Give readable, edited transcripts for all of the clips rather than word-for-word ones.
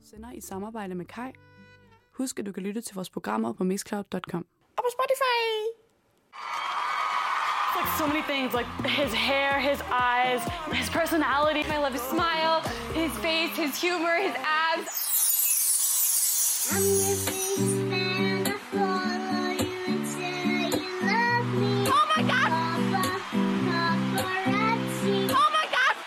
Sender i samarbejde med Kai. Husk, at du kan lytte til vores programmer på mixcloud.com. Og på Spotify! Like so many things, like his hair, his eyes, his personality. I love his smile, his face, his humor, his abs. I'm your biggest fan. I follow you until you love me. Oh my God! Paparazzi. Oh my God!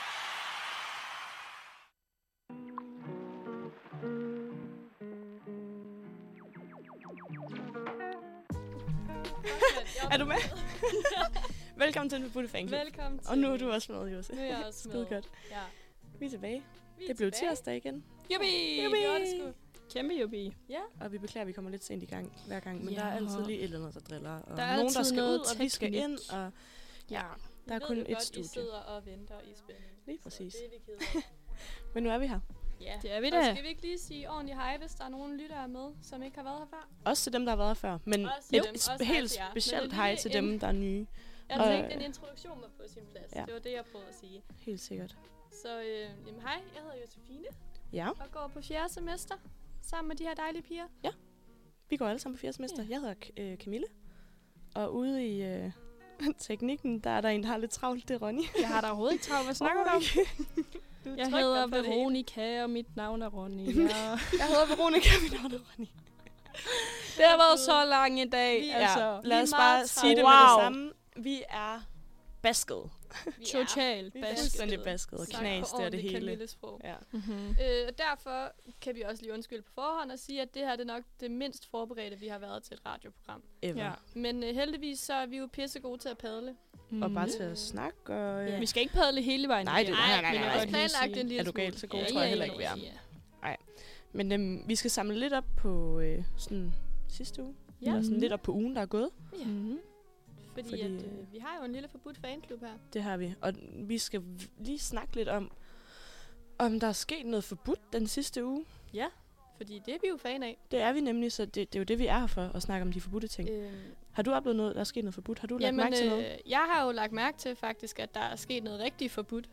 Er du med? Velkommen til Forbudte Fanklub. Velkommen til. Og nu er du også med, Jose. Nu er jeg også med. Skide godt. Ja. Vi er tilbage. Vi er Det blev tilbage. tirsdag igen. Jubi! Jubi! Det var det sgu. Kæmpe jubi. Ja. Og vi beklager, at vi kommer lidt sent i gang hver gang. Men Ja. der er altid lige et eller andet, der driller. Og Der er nogen, der altid skal noget ud, og vi skal teknik. ind. Og Ja. der er kun et studie. I sidder og venter i spænding. Lige præcis. Så det er vi kede af. Men nu er vi her. Ja. Det er vi Og da. skal vi ikke lige sige ordentlig hej, hvis der er nogen lyttere med, som ikke har været her før? Også til dem, der har været her før. Men Også til dem. et Også hej helt til jer. Men specielt en hej lille til dem, der er nye. Jeg Og- tænkte, en introduktion var på sin plads. Ja. Det var det, jeg prøvede at sige. Helt sikkert. Så jamen, hej, jeg hedder Josefine Ja, og går på 4. semester sammen med de her dejlige piger. vi går alle sammen på 4. semester. Jeg hedder Camille. Og ude i teknikken, der er der en, der har lidt travlt. Det er Ronny. Jeg har da overhovedet ikke travlt. Hvad snakker du om? Du Jeg trykker hedder på det hele. Veronica, og mit navn er Ronny. Jeg hedder Veronica, mit navn er Ronny. Det har været så lang en dag. Vi- Altså, Lad os vi er bare meget sige det med travlt. det samme. Vi er basket. totalt Vi er basket. fuldstændig basket og Sagt knas, på det er det ordentligt hele. Camillesprog. Ja. Mm-hmm. Og derfor kan vi også lige undskylde på forhånd og sige, at det her det er nok det mindst forberedte, vi har været til et radioprogram. Ever. Ja. Men heldigvis så er vi jo pissegode til at padle. Og bare til at snakke. Og, Ja. Vi skal ikke padle hele vejen Nej, det- igennem. nej, nej, vil jeg nej. godt Også lige planlagt sige. en lille Er du galt? Så smule. god tror jeg heller ikke, vi er. Ja. Men vi skal samle lidt op på sådan sidste uge. Ja. Eller sådan lidt op på ugen, der er gået. Ja. Mm-hmm. Fordi at, vi har jo en lille forbudt fanklub her. Det har vi. Og vi skal lige snakke lidt om der er sket noget forbudt den sidste uge. Fordi det er vi jo fan af. Det er vi nemlig, så det er jo det, vi er her for, at snakke om de forbudte ting. Har du oplevet noget, der er sket noget forbudt? Har du lagt mærke til noget? Jeg har jo lagt mærke til faktisk, at der er sket noget rigtig forbudt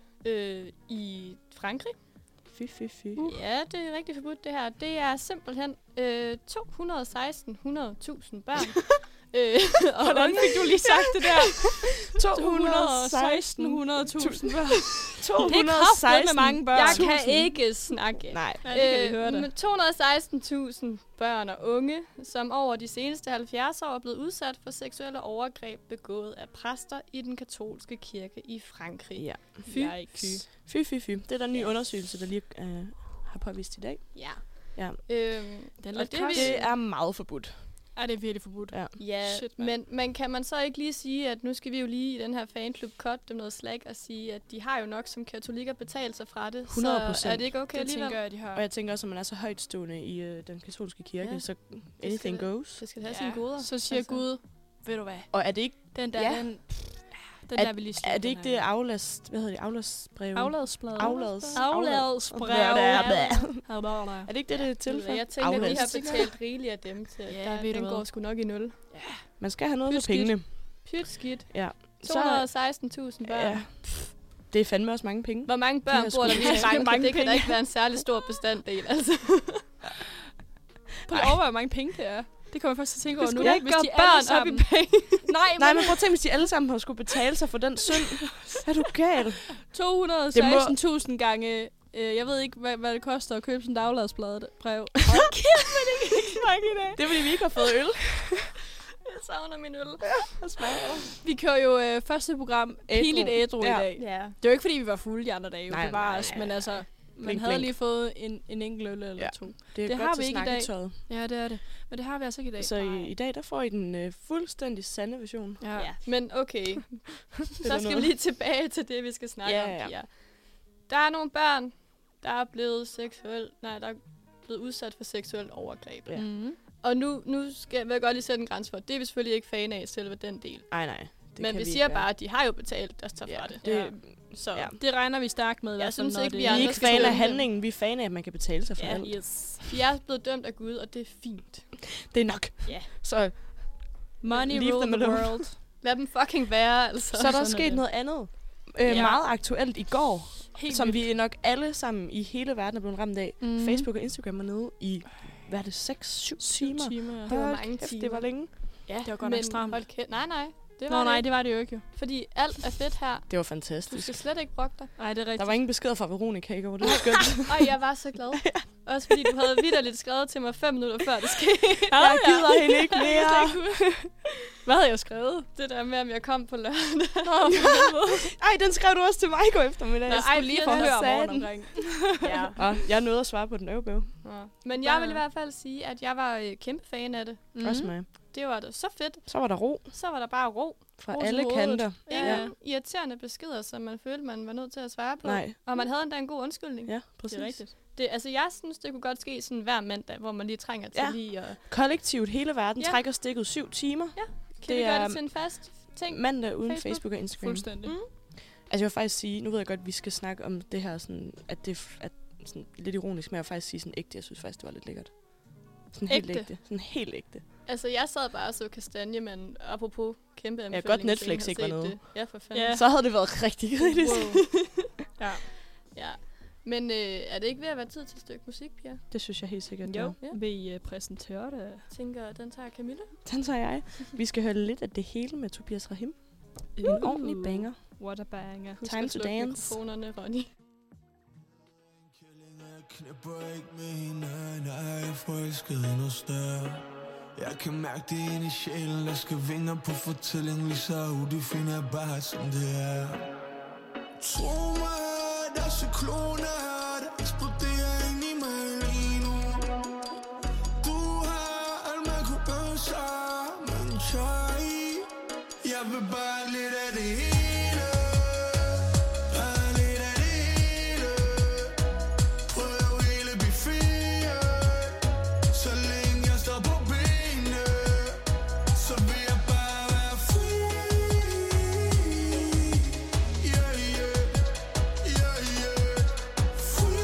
i Frankrig. Fy. Ja, det er rigtig forbudt det her. Det er simpelthen 216.100.000 børn. Og Hvordan fik du lige sagt det der? 216.000 børn. Det er 216 kraftedeme mange børn. jeg Tusind. kan ikke snakke. Nej. Ja, det kan vi høre da. Men 216.000 børn og unge, som over de seneste 70 år er blevet udsat for seksuelle overgreb begået af præster i den katolske kirke i Frankrig. Ja. Yikes. Fy. Det er der en ny undersøgelse, der lige har påvist i dag. Ja. Ja. Den er og lidt det krads. vil- Det er meget forbudt. Ja, det er virkelig forbudt. Ja. Ja, Shit, mand. men kan man så ikke lige sige, at nu skal vi jo lige i den her fanklub cut dem noget slag og sige, at de har jo nok som katolikker betalt sig fra det. 100%. Så er det ikke okay Det alligevel? tænker jeg, de har. Og jeg tænker også, at man er så højtstående i den katolske kirke, Ja. så anything det. goes. Det skal have sine goder. Så siger Altså. Gud, ved du hvad, Og er det ikke, den der, Ja. den Er- der vil lige slutte. er det, ikke det afladsbrev? Afladsbrev. Afladsbrev. Afladsbrev. Er det ikke det, det er til for? Jeg tænker, at vi har Aflast. betalt rigeligt af dem til. Ja, Der, ved du den hvad. går sgu nok i nul. Man skal have noget Pyt for skidt. pengene. Pyt skidt. Ja. 216.000 børn. Ja. Det er fandme også mange penge. Hvor mange De børn har bor der sgu lige i betalt Frankrig? mange Det kan da penge. ikke være en særlig stor bestanddel, altså. Prøv at overveje, hvor mange penge det er. Det kommer jeg først til at tænke over Du nu. skulle da ikke Hvis gøre de alle børn op i sammen- penge. Nej, Nej, men prøv at tænke, hvis de alle sammen har skulle betale sig for den synd. Er du gal? 216.000 gange. Jeg ved ikke, hvad det koster at købe sådan et dagbladsbrev. Det er fordi, vi ikke har fået øl. Jeg savner min øl. Vi kører jo første program pinligt ædru i Ja. dag. Ja. Det var jo ikke, fordi vi var fulde de andre dage. Nej, Det var nej, os, ja. men altså, man Blink, havde blink. lige fået en enkelt øl eller Ja. to. Det er Det godt har til vi ikke i dag. snakketøjet. Ja, det er det. Men det har vi altså ikke i dag. Så i dag, der får I den fuldstændig sande version. Ja. Ja. Men okay, så skal vi noget. lige tilbage til det, vi skal snakke om, Ja. piger. Der er nogle børn, der er blevet blevet udsat for seksuelt overgreb. Ja. Mm-hmm. Og nu vil jeg godt lige sætte en grænse for. Det er vi selvfølgelig ikke fan af, selve den del. Nej. Det Men kan vi vi siger ikke bare, at de har jo betalt deres tager være. fra det. Det, Så Ja. Det regner vi stærkt med. i Jeg hvert fald, synes når ikke, det vi vi er andre ikke skal fan tåle af det. handlingen, vi er fan af, at man kan betale sig for Ja, alt. Yes. de er blevet dømt af Gud, og det er fint. Det er nok. Ja. Så Money Leave rule them the alone. world. Lad dem fucking være, altså. er der sådan er sket det. noget andet. meget aktuelt i går, Helt som vildt. vi nok alle sammen i hele verden er blevet ramt af. Mhm. Facebook og Instagram er nede i, hvad er det, 6-7 timer? timer. Det var Hold mange kæft, timer. det var længe. Ja, Det var godt nok stramt. hold kæft. Nej. Det Nå var nej, det. det var det jo ikke jo. Fordi alt er fedt her. Det var Du fantastisk. skal slet ikke brokke dig. Nej, det er rigtigt. Der var ingen beskeder fra Veronica i går, det var skønt. Og jeg var så glad. Også fordi du havde vitterligt skrevet til mig 5 minutter før det skete. Jeg gider hende ikke mere. Hvad havde jeg skrevet? Det der med, om jeg kom på lørdag. Ej, den skrev du også til mig i går eftermiddag. Jeg skulle lige få Hvad høre sagde morgen den? omkring. Ja. Og jeg nåede at svare på den øvebøv. Men jeg vil i hvert fald sige, at jeg var kæmpe fan af det. Også mig. Det var da så fedt. Så var der ro Så var der bare ro. fra Ro til alle hovedet. kanter. Ingen irriterende beskeder, som man følte, man var nødt til at svare på. Nej. Og man havde endda en god undskyldning. Ja, præcis. Det er rigtigt. Det, altså, jeg synes, det kunne godt ske sådan hver mandag, hvor man lige trænger til Ja. lige at... Kollektivt hele verden Ja. trækker stikket 7 timer. Kan Det vi gøre er det til en fast ting? mandag uden Facebook. Facebook og Instagram. Fuldstændig. Altså jeg vil faktisk sige, nu ved jeg godt, at vi skal snakke om det her, sådan, at det er sådan, lidt ironisk, men jeg vil faktisk sige sådan ægte. Jeg synes faktisk, det var lidt lækkert. Sådan helt Ægte? ægte. Sådan helt ægte. Altså, jeg sad bare og så kastanje, men apropos kæmpe anbefaling. godt til Netflix en, ikke har var set noget. det. Ja, for fanden. Ja. Så havde det været rigtig kritisk. Wow. Ja. Men er det ikke ved at være tid til et stykke musik, Pia? Det synes jeg helt sikkert. Jo, Ja. vil I præsentere det? Jeg tænker, den tager Camilla. Den tager jeg. Vi skal høre lidt af det hele med Tobias Rahim. En ordentlig banger. What a banger. Husk Time at to slukke dance. mikrofonerne, Ronny. Knipper ikke med hinanden, jeg er forelsket i noget større. Jeg kan mærke det inde i sjælen, der skal vinger på fortællingen, lige så udefinerbart som det er. Tro mig, der er cykloner her, der eksploderer ind i mig lige nu. Du har alt man kunne ønske sig, men tør i. Jeg vil bare lidt af det hele. Bare lidt af det hele. Prøv hele at blive fri. Så længe jeg står på benene, så vil jeg bare være fri. Yeah, yeah. Yeah, yeah. Fri.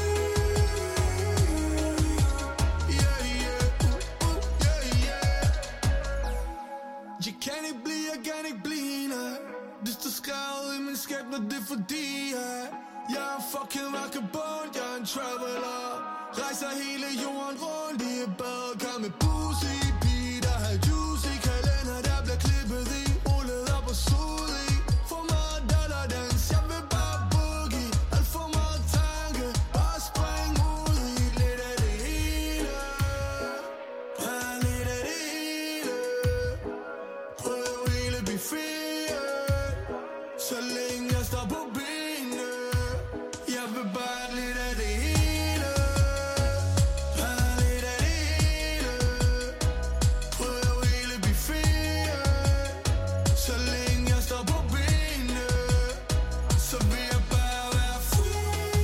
Yeah, yeah. Yeah, yeah. Jeg kan ikke blive, jeg kan ikke blive, nej. Det står skrevet i min skæbne, det er fordi, jeg er fucking vagabond, jeg er en traveler. Rejser hele jorden rundt i et badekar med bussy pige, der har juicy kalender, der bliver klippet i, rullet op og suget i. For meget dollardans, jeg vil bare boogie, alt for meget tanke, bare spring ud i lidt af det hele. Bare lidt af det hele. Prøv hele at blive fri. Så længe jeg står på benene, jeg vil bare lidt af det hele. Bare lidt af det hele. Prøv hele at blive fri. Så længe jeg står på benene, så vil jeg bare være fri.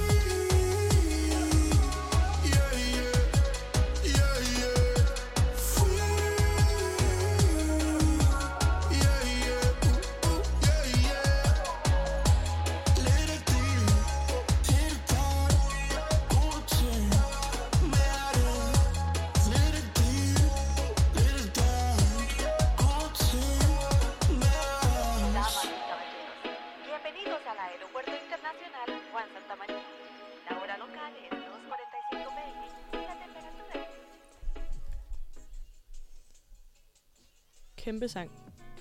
Yeah, yeah. Yeah, yeah. Fri. Yeah, yeah. Yeah, yeah. Lidt af det, helt klart, gode ting med det. Lidt af det, lidt af det, gode ting med os. Bienvenidos al Aeropuerto Internacional Juan Santa María. La hora local es 2:45 pm y la temperatura es... Kæmpe sang.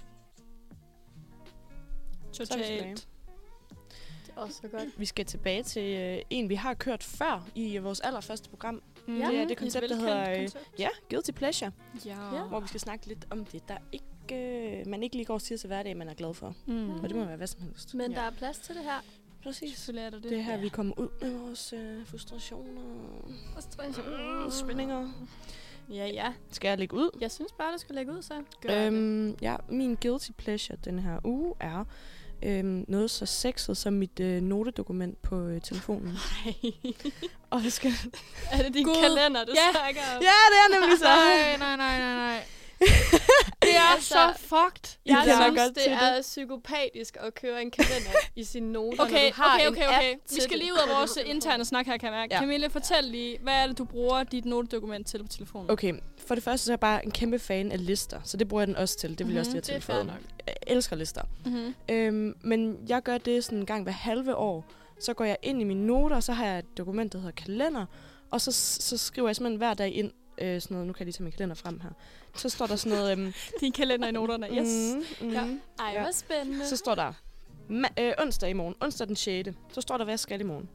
Så er vi tilbage. Totalt. Det er også så godt. Vi skal tilbage til en, vi har kørt før i vores allerførste program. Mm. Det er det koncept, der hedder Ja. Guilty Pleasure. Ja. Hvor vi skal snakke lidt om det, der ikke, man ikke lige går og siger til hverdag, man er glad for. Mm. Og det må være hvad som helst. Men der er plads til det her. Præcis. Selvfølgelig er der det. Det er her, vi kommer ud med vores frustrationer og spændinger. Ja. Skal jeg lægge ud? Jeg synes bare, du skal lægge ud, så. Ja, min guilty pleasure den her uge er noget så sexet som mit notedokument på telefonen. Og vi skal... Er det din Gud. kalender, du Ja. snakker om? Ja, det er nemlig så. Nej. Det er er så fucked. Jeg kender synes, godt det til er psykopatisk at køre en kalender i sine noter, når Okay, du har en okay. app Vi til skal det. lige ud af vores interne snak her, kan jeg mærke. Ja. Camille, fortæl lige, hvad er det, du bruger dit notedokument til på telefonen? Okay, for det første så er jeg bare en kæmpe fan af lister, så det bruger jeg den også til. Det vil jeg også lige det have er fair tilføjet. nok. Jeg elsker lister. Mm-hmm. Men jeg gør det sådan en gang hver halve år. Så går jeg ind i mine noter, og så har jeg et dokument, der hedder kalender. Og så skriver jeg simpelthen hver dag ind sådan noget. Nu kan jeg lige tage min kalender frem her. Så står der sådan noget... Din kalender i noterne, yes. Ja. Ej, hvor spændende. Så står der onsdag i morgen. Onsdag den 6. Så står der, hvad jeg skal i morgen.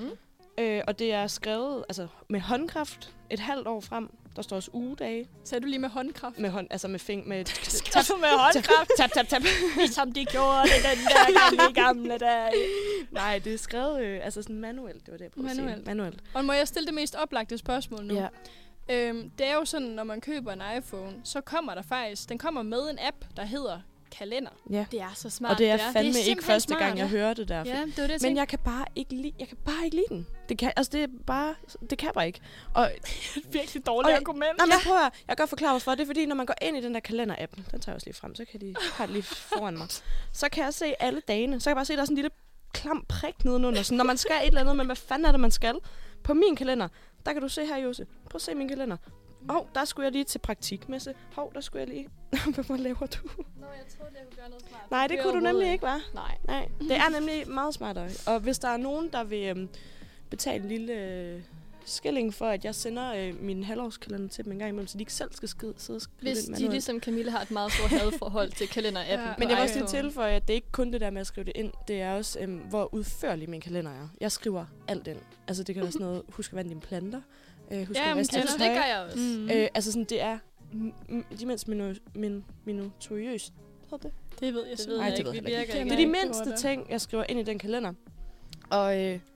Og det er skrevet med håndkraft et halvt år frem. Der står også ugedage. Sagde du lige med håndkraft? Med hånd, altså med fing, med med håndkraft? Tap. Ligesom de gjorde det den der gamle dag. Nej, det er skrevet sådan manuelt. Det var det, jeg prøvede at sige. Manuelt. Og må jeg stille det mest oplagte spørgsmål nu? Ja. Det er jo sådan, når man køber en iPhone, så kommer der faktisk, den kommer med en app, der hedder Kalender. Ja. Det er så smart. Og det er fandme Det er ikke første smart, gang, jeg hører det der. Ja, det var det, Men jeg kan bare ikke lide den. Det kan bare ikke. Og Virkelig dårligt argument. Nå, men prøv at, jeg kan godt forklare, hvorfor. Det er fordi, når man går ind i den der kalender-app, den tager jeg også lige frem, så kan de have det lige foran mig. Så kan jeg se alle dagene. Så kan jeg bare se, at der er sådan en lille klam prik nedenunder. Så når man skal et eller andet, men hvad fanden er det, man skal? På min kalender, der kan du se her, Jose. Prøv at se min kalender. Der skulle jeg lige til praktikmesse. Der skulle jeg lige... Hvad laver du? Nå, jeg troede, jeg kunne gøre noget smart. Nej, det kunne du nemlig ikke, hva'? Nej. Det er nemlig meget smartere. Og hvis der er nogen, der vil betale en lille skilling for, at jeg sender min halvårskalender til dem en gang imellem, så de ikke selv skal sidde og skrive Hvis det de manuelt. ligesom Camille har et meget stort hadforhold til kalender-appen. Men jeg vil også lige tilføje, at det er ikke kun det der med at skrive det ind. Det er også, hvor udførlig min kalender er. Jeg skriver alt ind. Altså det kan være sådan noget, husk at vande dine planter. Husk at vaske dit tøj. Det gør jeg også. Sådan, det er de mindst minutiøst. Hedder det? Det ved jeg Nej, det ved jeg ikke. ikke. Det er de mindste ting, jeg skriver ind i den kalender. Og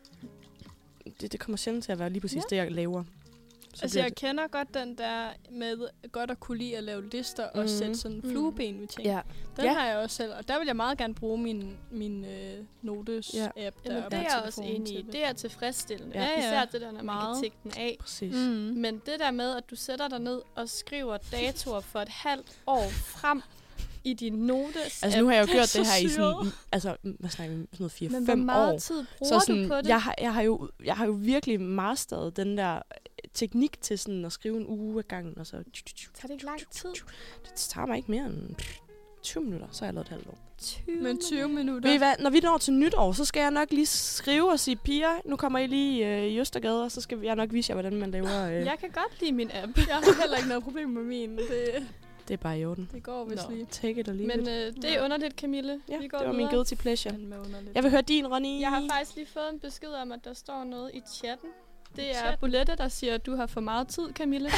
det kommer sjældent til at være lige præcis det, jeg laver. Altså, jeg kender godt den der med godt at kunne lide at lave lister og sætte sådan flueben ved ting. Ja. Den har jeg også selv, og der vil jeg meget gerne bruge min notes-app. Jamen, det er jeg også enig i. Det er tilfredsstillende. Ja. Især det der, når man kan tække den af. Præcis. Men det der med, at du sætter dig ned og skriver datoer for et halvt år frem i din notes. Altså nu har jeg jo gjort det her i sådan, hvad snakker vi, sådan noget 4-5 år. Men hvor meget tid bruger du på det? Jeg har jo virkelig masteret den der teknik til sådan at skrive en uge ad gangen, og så... Tager det ikke lang tid? Det tager mig ikke mere end 20 minutter, så har jeg lavet et halvt år. 20 minutter? Ved I hvad, når vi når til nytår, så skal jeg nok lige skrive og sige, piger, nu kommer I lige i Østergade, og så skal jeg nok vise jer, hvordan man laver... Jeg kan godt lide min app. Jeg har heller ikke noget problem med min. Det er bare i orden. Det går vist lige. Take it or leave Men it. det er underligt, Camille. Ja, vi går det var videre. min guilty pleasure. Jeg vil høre din, Ronny. Jeg har faktisk lige fået en besked om, at der står noget i chatten. Det er Bolette, der siger, at du har for meget tid, Camille.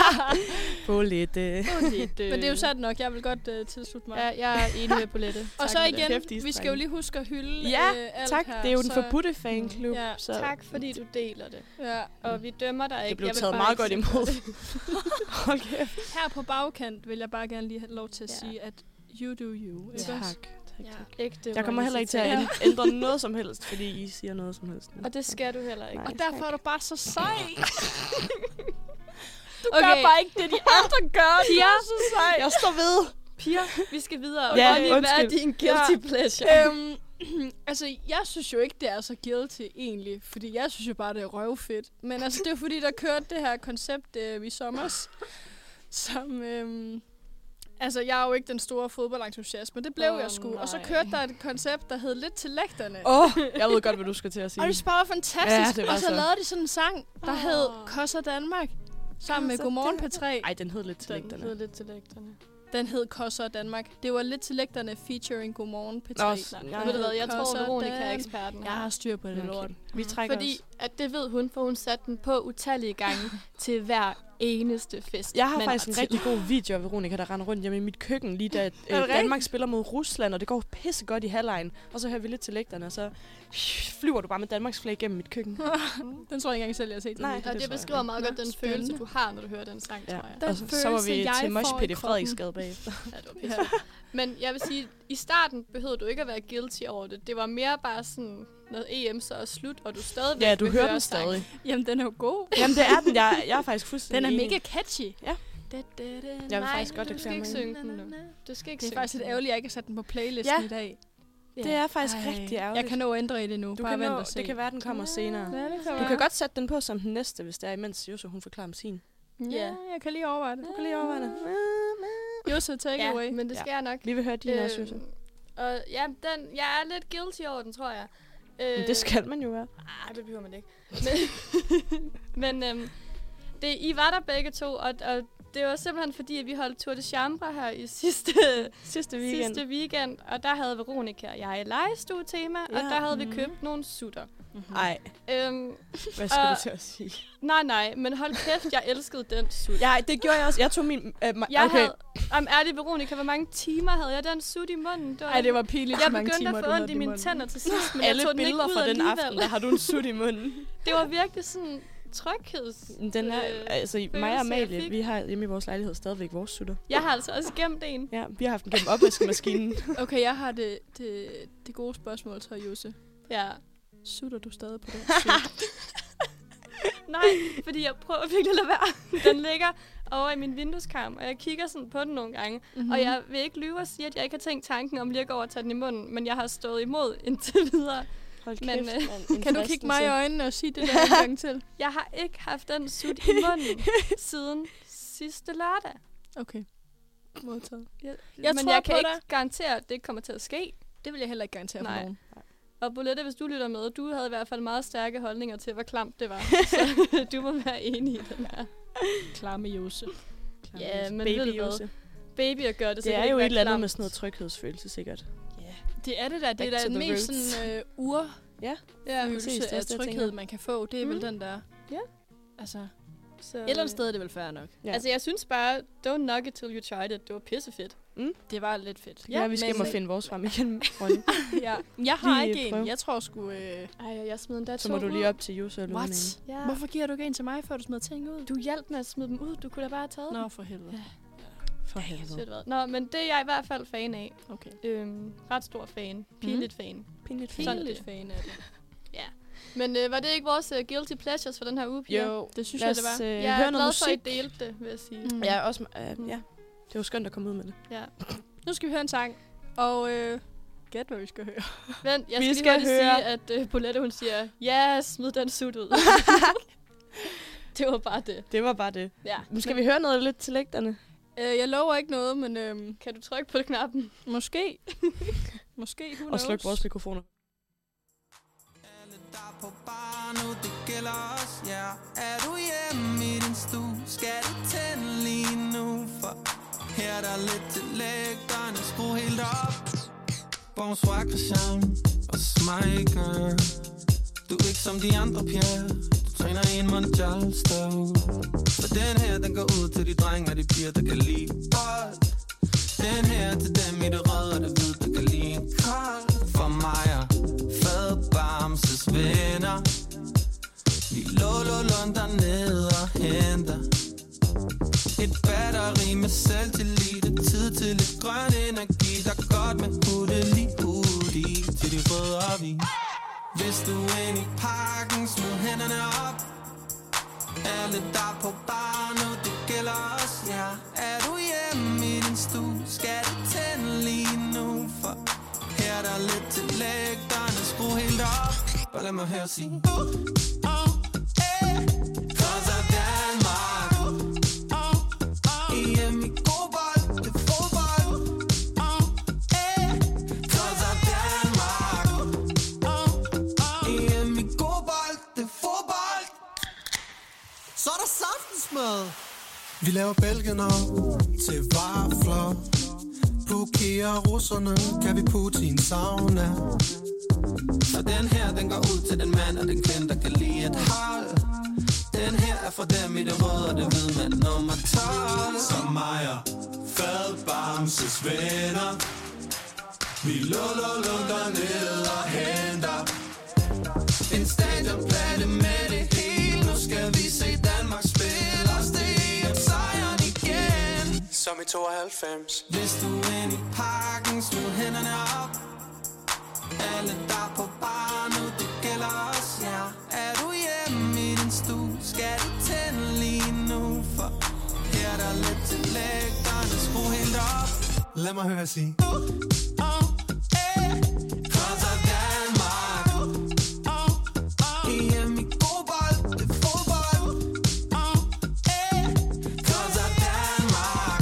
Bolette. Men det er jo sandt nok. Jeg vil godt tilslutte mig. Ja, jeg er enig med Bolette. Og så igen, vi skal jo lige huske at hylde alt tak. her. Det er jo den forbudte fanklub. Ja, så. Tak, fordi du deler det. Ja. Og vi dømmer dig ikke. Det blev taget meget godt imod. Okay. Her på bagkant vil jeg bare gerne lige have lov til at sige, at you do you. Tak. Ægte jeg kommer heller ikke til at ændre noget som helst, fordi I siger noget som helst. Og det skal du heller ikke. Nej, og derfor er du bare så sej. Du gør bare ikke det, de andre gør. Pia, så sej. Jeg står ved. Pia, vi skal videre. Ja, Ronny, hvad er din guilty pleasure? Altså, jeg synes jo ikke, det er så guilty egentlig, fordi jeg synes jo bare, det er røvfedt. Men altså, det er fordi, der kørte det her koncept i sommers, som... Altså, jeg er jo ikke den store fodboldentusiast, men det blev jeg sgu. Og så kørte der et koncept, der hed Lidt til lægterne. Jeg ved godt, hvad du skal til at sige. Og det bare var fantastisk. Ja, det var og så lavede de sådan en sang, der hed Kosser Danmark, sammen med Godmorgen P3. Ej, den hed Lidt til lægterne. Den hed Lidt til lægterne. Den hed Kosser Danmark. Det var Lidt til lægterne featuring Godmorgen P3. Ved du hvad, jeg tror, Veronica er eksperten. Jeg har styr på det lort. Vi trækker Fordi at det ved hun, for hun satte den på utallige gange til hver eneste fest. Jeg har faktisk en rigtig god video af Veronica, der render rundt hjemme i mit køkken, lige da Danmark spiller mod Rusland, og det går pissegodt i halvlejen. Og så hører vi Lidt til lægterne, og så flyver du bare med Danmarks flag gennem mit køkken. Den tror jeg ikke engang selv, jeg har set. Nej, og det beskriver meget godt den følelse, du har, når du hører den sang, tror jeg. Og så var vi til moshpit i Frederiksgade bagefter. Ja, det var Men jeg vil sige, i starten behøvede du ikke at være guilty over det. Det var mere bare sådan, når EM så er slut, og du stadigvæk ja, du vil hører høre den stadig. Jamen, den er jo god. Jamen, det er den. Jeg er faktisk fuldstændig Den er enig. mega catchy. Ja. Jeg vil faktisk godt du skal erklære ikke mig synge den nu. Du skal ikke Det er synge faktisk lidt den nu. ærgerligt, at jeg ikke har sat den på playlisten i dag. Det er faktisk rigtig ærgerligt. Jeg kan nå at ændre i det nu. Du Bare kan vent nå, og se. det kan være, den kommer senere. Ja, det kan Du være. kan godt sætte den på som den næste, hvis det er, imens Josse hun forklarer om sin. Ja, jeg kan lige overveje det. Du kan lige overveje det. Josse, take it away. Ja, men det skal jeg nok. Vi vil høre din også, Josse. Og ja, jeg er lidt guilty over den, tror jeg. Men det skal man jo være. Det behøver man ikke. Men I var der begge to, og det var simpelthen fordi, at vi holdt Tour de Chambre her i sidste weekend. Og der havde Veronica og jeg legestue-tema, og der havde vi købt nogle sutter. Nej. Hvad skal du til at sige? Nej, men hold kæft, jeg elskede den sut. Ja, det gjorde jeg også. Jeg tog min... Ærligt, Veronica, hvor mange timer havde jeg den sut i munden? Det var pinligt, jeg begyndte at få ondt i mine tænder til sidst, men alle jeg tog den ikke billeder ud fra den alligevel. aften, der har du en sut i munden. Det var virkelig sådan trygheds... Den er, altså mig og Amalie, vi har hjemme i vores lejlighed stadigvæk vores sutter. Jeg har altså også gemt en. Ja, vi har haft den gennem opvaskemaskinen. Okay, jeg har det gode spørgsmål til Josse. Ja. Sutter du stadig på den sut? Nej, fordi jeg prøver virkelig at lade være. Den ligger over i min vindueskarm, og jeg kigger sådan på den nogle gange. Mm-hmm. Og jeg vil ikke lyve og sige, at jeg ikke har tænkt tanken om lige at gå over og tage den i munden, men jeg har stået imod indtil videre. Hold kæft, kan du kigge mig i øjnene og sige det der en gang til? Jeg har ikke haft den sut i munden siden sidste lørdag. Okay. Modtaget. Men jeg kan ikke garantere, at det ikke kommer til at ske. Det vil jeg heller ikke garantere for nogen. Og Bolette, hvis du lytter med, du havde i hvert fald meget stærke holdninger til, hvor klamt det var. Så du må være enig i den her. Klamme Josse. Ja, men baby ved du Josse. Baby at gøre det, så det er det jo ikke et eller andet klamt. med sådan noget tryghedsfølelse, sikkert. Ja, det er det der. Det er da den mest sådan følelse af tryghed, man kan få. Det er vel den der. Ja. Altså, så, et eller andet sted er det vel fair nok. Ja. Altså, jeg synes bare, don't knock it till you tried it. Det var pissefedt. Det var lidt fedt. Ja, vi skal må finde vores frem igen. Jeg har ikke en. Jeg tror sgu... Jeg smed endda så må du lige op til Josse og låne en. Ja. Hvorfor giver du ikke en til mig, før du smider ting ud? Du hjalp med at smide dem ud. Du kunne da bare have taget dem. Nå, for helvede. Ja. For helvede. Nå, men det er jeg i hvert fald fan af. Okay. Ret stor fan. Pinligt fan. Pinligt fan af det. Ja. Men var det ikke vores guilty pleasures for den her uge, Pia? Jo, det synes jeg, det var. Jeg er glad for, at I delte det, vil jeg sige. Ja, også, ja. Det var skønt at komme ud med det. Ja. Nu skal vi høre en sang, og gæt, hvad vi skal høre. Vent, jeg skal lige sige, at Bolette, hun siger, ja, smid den sut ud. Det var bare det. Det var bare det. Ja. Nu skal vi høre noget lidt til lægterne. Jeg lover ikke noget, men... kan du trykke på knappen? Måske. Måske, og sluk vores mikrofoner. På bar nu, det gælder os, ja. Er du hjemme i din stue, skal du tænde lige nu, for her er der lidt til lægterne, skru helt op. Bonsoir Christian og smile girl. Du er ikke som de andre piger, du træner i en mondial-støv. For den her, den går ud til de drenge og de piger, der kan lide bold. Den her til dem i det røde og det hvide, der kan lide en kold. For mig og Bamses venner. Vi lå dernede og henter et batteri med selvtillid og tid til lidt grøn energi. Der er godt med hoodie til de røde og vi. Hvis du er inde i parken, smid hænderne op. Alle der på bar nu, det gælder os, ja. Er du hjemme i din stue, skal du tænde lige nu, for her er der lidt til lægterne, skru helt op. Bare lad mig høre sige Cause af Danmark EM i god bold, det er fodbold Cause af Danmark EM i god bold, det er fodbold. Så er der saftensmad. Vi laver bælgener til vafler. Blokerer russerne, kan vi Putin sauna. Og den her, den går ud til den mand og den kvinde, der kan lide et hold. Den her er for dem i det røde og det hvide med nummer 12. Som mig og Fadbamses venner. Vi luller dernede og henter en stadionplade med det hele. Nu skal vi se Danmark spille os det EM-sejren igen. Som i 92. Hvis du er inde i parken, smid hænderne op. Alle der på bar nu, det gælder os, ja. Er du hjemme i din stue, skal du tænde lige nu, for her er der lidt Lad mig høre sige. Koster Danmark. EM i fodbold, det er fodbold. Koster Danmark.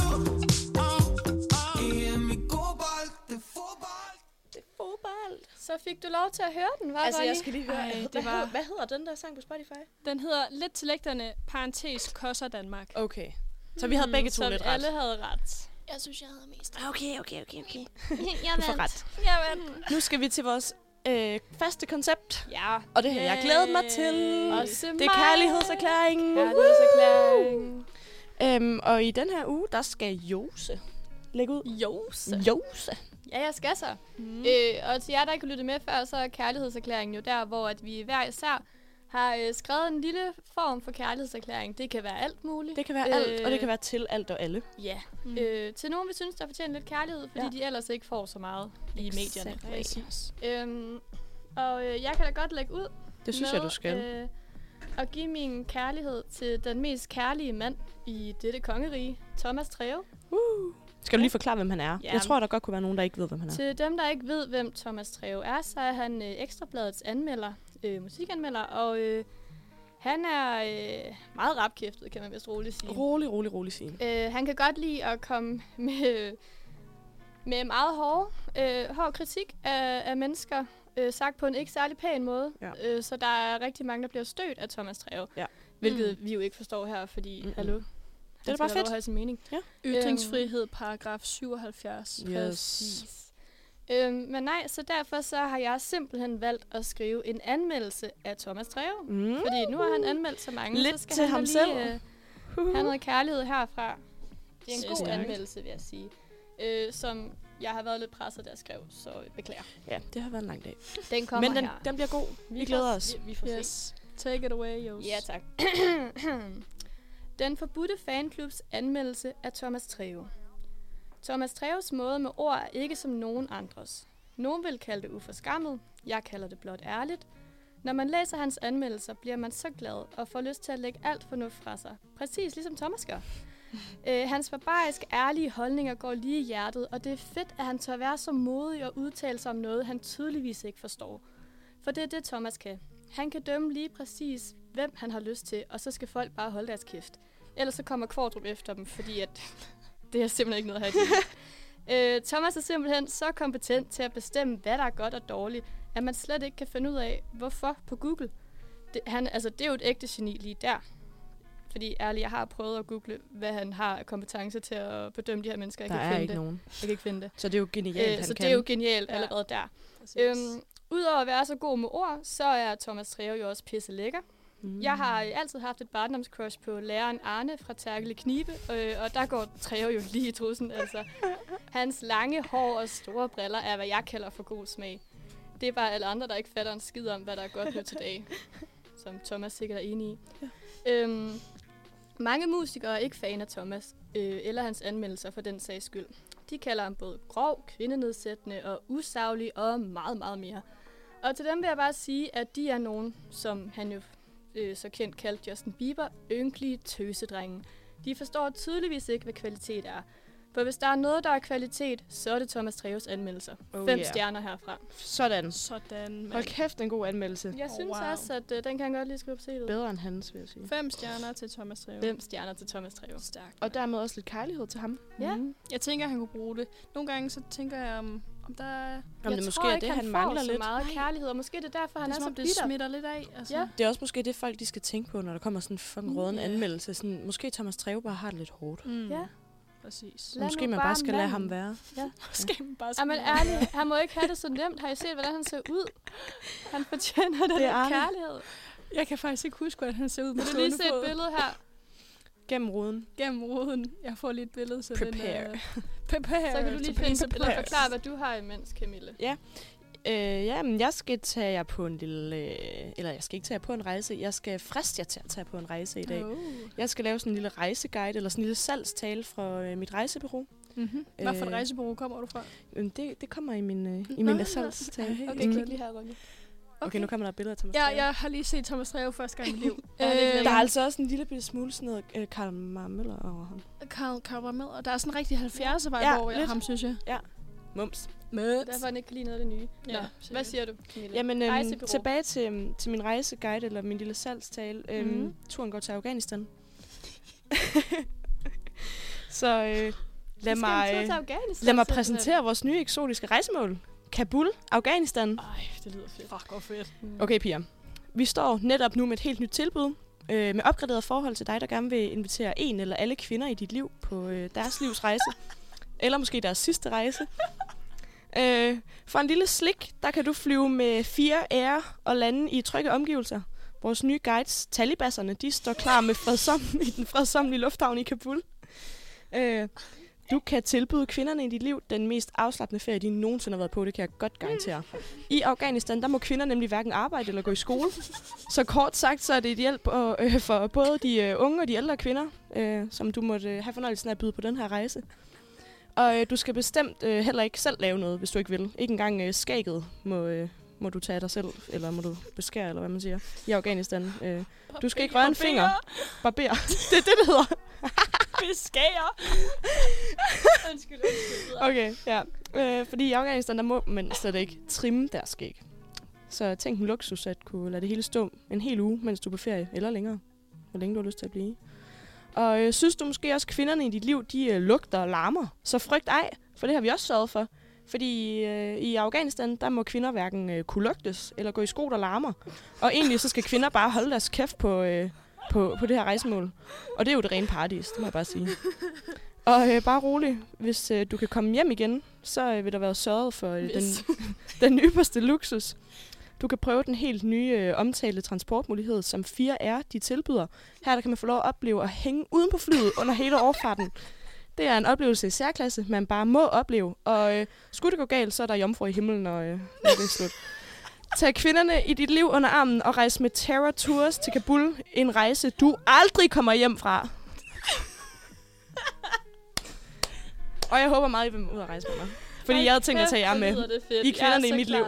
EM i fodbold, det er fodbold. Det er fodbold. Så fik du lov til at høre den, var Altså, Ronny? jeg skal lige høre, Ej, hvad hedder den der sang på Spotify? Den hedder Lidt til lægterne, parentes, Kosser Danmark. Okay. Så vi havde begge to så lidt ret. alle havde ret. Jeg synes, jeg havde mest. Okay. Jeg Du får ret. Nu skal vi til vores faste koncept. Ja. Og det har jeg glædet mig til. Også Det er kærlighedserklæringen. Kærlighedserklæring. Og i den her uge, der skal Jose lægge ud. Jose. Jose. Ja, jeg skal så. Og til jer, der ikke har lyttet med før, så er kærlighedserklæringen jo der, hvor at vi hver især har skrevet en lille form for kærlighedserklæring. Det kan være alt muligt. Det kan være alt, og det kan være til alt og alle. Ja. Til nogen, vi synes, der fortjener lidt kærlighed, fordi de ellers ikke får så meget i medierne. Præcis. Jeg kan da godt lægge ud Det synes med, jeg, du skal. at give min kærlighed til den mest kærlige mand i dette kongerige, Thomas Treve. Skal du lige forklare, hvem han er? Ja. Jeg tror, der godt kunne være nogen, der ikke ved, hvem han er. Til dem, der ikke ved, hvem Thomas Treve er, så er han Ekstrabladets anmelder, musikanmelder, og han er meget rapkæftet, kan man vist roligt sige. Rolig sige. Han kan godt lide at komme med meget hård kritik af mennesker, sagt på en ikke særlig pæn måde. Ja. Så der er rigtig mange, der bliver stødt af Thomas Treve. Ja. Hvilket vi jo ikke forstår her, fordi, hallo, Det er bare fedt. Han have sin mening. Ja. Ytringsfrihed, paragraf 77. Yes. Men nej, så derfor så har jeg simpelthen valgt at skrive en anmeldelse af Thomas Treve. Fordi nu har han anmeldt så mange, Lidt så skal til han ham lige selv. have noget kærlighed herfra. Det er en god Stærkt. anmeldelse, vil jeg sige. Som jeg har været lidt presset, da jeg skrev, så beklager. Ja, det har været en lang dag. Den kommer Men her. den bliver god. Vi glæder os. Vi får se. Yes. Take it away, Jos. Ja, tak. Den forbudte fanklubs anmeldelse af Thomas Treve. Thomas Treves måde med ord er ikke som nogen andres. Nogen vil kalde det uforskammet. Jeg kalder det blot ærligt. Når man læser hans anmeldelser, bliver man så glad og får lyst til at lægge alt fornuft fra sig. Præcis ligesom Thomas gør. Hans barbariske, ærlige holdninger går lige i hjertet, og det er fedt, at han tør være så modig og udtale sig om noget, han tydeligvis ikke forstår. For det er det, Thomas kan. Han kan dømme lige præcis, hvem han har lyst til, og så skal folk bare holde deres kæft. Ellers så kommer Kvartrup efter dem, fordi at det er simpelthen ikke noget at have. Thomas er simpelthen så kompetent til at bestemme, hvad der er godt og dårligt, at man slet ikke kan finde ud af, hvorfor på Google. Det er jo et ægte geni lige der. Fordi ærligt, jeg har prøvet at google, hvad han har kompetence til at bedømme de her mennesker. Der er ikke nogen. Jeg kan ikke finde det. Så det er jo genialt, han så kan. det er jo genialt allerede der. Udover at være så god med ord, så er Thomas Treve jo også pisse lækker. Jeg har altid haft et barndomscrush på læreren Arne fra Terkele Knibe, og der går Treve jo lige i trussen. Altså. Hans lange hår og store briller er, hvad jeg kalder for god smag. Det er bare alle andre, der ikke fatter en skid om, hvad der er godt nu til dag. Som Thomas sikkert er enig i. Ja. Mange musikere er ikke fan af Thomas, eller hans anmeldelser for den sags skyld. De kalder ham både grov, kvindenedsættende og usaglig og meget, meget mere. Og til dem vil jeg bare sige, at de er nogen, som han jo så kendt kaldt Justin Bieber, ynkelige tøsedrenge. De forstår tydeligvis ikke, hvad kvalitet er. For hvis der er noget, der er kvalitet, så er det Thomas Treves anmeldelser. 5 stjerner herfra. Sådan. Sådan, Hold kæft, en god anmeldelse. Jeg synes også, at den kan jeg godt lige skrive på CD'et. Bedre end hans, vil jeg sige. 5 stjerner til Thomas Treve. 5 stjerner til Thomas Treve. Stærkt. Og dermed også lidt kærlighed til ham. Ja. Jeg tænker, han kunne bruge det. Nogle gange så tænker jeg, om der er... Om det måske er det, han mangler lidt. Så meget kærlighed, og måske det er derfor, han er så det bitter. smitter lidt af. Altså. Ja. Det er også måske det, folk de skal tænke på, når der kommer sådan en fucking råden anmeldelse. Sådan, måske Thomas Treve bare har det lidt hårdt. Ja. Præcis. Måske man bare skal lade ham være. Ja. Skal man bare men ærligt, han må ikke have det så nemt. Har I set, hvordan han ser ud? Han fortjener den kærlighed. Jeg kan faktisk ikke huske, hvordan han ser ud på stående fod. Vil du lige se et billede her? Gennem ruden. Gennem ruden. Jeg får lige et billede. Så Prepare. Prepare. Så kan du lige finde eller forklare, hvad du har imens, Camille. Ja. Men jeg skal tage jer på en lille... eller jeg skal ikke tage jer på en rejse. Jeg skal friste jer til at tage på en rejse i dag. Jeg skal lave sådan en lille rejseguide, eller sådan en lille salgstale fra mit rejsebureau. Mm-hmm. Hvad for et rejsebureau kommer du fra? Det kommer i min salgstale. Okay, kig lige her, Ronny. Okay, nu kommer der et billede af Thomas Ja, Treve. jeg har lige set Thomas Treve første gang i mit liv. Der er altså også en lille bitte smule sådan noget Karl Møller over ham. Karl Møller. Der er sådan en rigtig 70'er-vibe Ja, over lidt. ham, synes jeg. Ja. Mums. Derfor han ikke kan lide noget af det nye. Ja, Nå, hvad siger du, Camilla? Jamen, Rejsebureau. tilbage til min rejseguide, eller min lille salgstale. Turen går til Afghanistan. Så lad mig præsentere vores nye eksotiske rejsemål. Kabul, Afghanistan. Ej, det lyder fedt. Fuck, hvor fedt. Okay, piger. Vi står netop nu med et helt nyt tilbud. Med opgraderet forhold til dig, der gerne vil invitere en eller alle kvinder i dit liv på deres livs rejse. Eller måske deres sidste rejse. For en lille slik, der kan du flyve med 4 ære og lande i trygge omgivelser. Vores nye guides, talibasserne, de står klar med i den fredsommelige lufthavn i Kabul. Du kan tilbyde kvinderne i dit liv den mest afslappende ferie, de nogensinde har været på. Det kan jeg godt garantere. I Afghanistan, der må kvinder nemlig hverken arbejde eller gå i skole. Så kort sagt, så er det et hjælp for både de unge og de ældre kvinder, som du måtte have fornøjelsen af at byde på den her rejse. Og du skal bestemt heller ikke selv lave noget, hvis du ikke vil. Ikke engang skægget må du tage dig selv, eller må du beskære, eller hvad man siger, i Afghanistan. Du skal ikke røre en finger. Barber. Det er det hedder. Beskære. Undskyld. Okay, ja. Fordi i Afghanistan, der må man slet ikke trimme deres skæg. Så tænk en luksus at kunne lade det hele stå en hel uge, mens du er på ferie, eller længere. Hvor længe du har lyst til at blive. Og synes du måske også, kvinderne i dit liv, de lugter og larmer? Så frygt ej, for det har vi også sørget for. Fordi i Afghanistan, der må kvinder hverken kunne lugtes eller gå i sko, der larmer. Og egentlig så skal kvinder bare holde deres kæft på det her rejsemål. Og det er jo det rene paradis, det må jeg bare sige. Og bare rolig, hvis du kan komme hjem igen, så vil der være sørget for den ypperste luksus. Du kan prøve den helt nye omtalte transportmulighed, som 4R de tilbyder. Her der kan man få lov at opleve at hænge uden på flyet under hele overfarten. Det er en oplevelse i særklasse, man bare må opleve. Og skulle det gå galt, så er der jomfru i himlen, når det er slut. Tag kvinderne i dit liv under armen og rejse med Terra Tours til Kabul. En rejse, du aldrig kommer hjem fra. Og jeg håber meget, I vil ud og rejse med mig. Fordi jeg havde tænkt at tage jer med. I kvinderne i mit liv.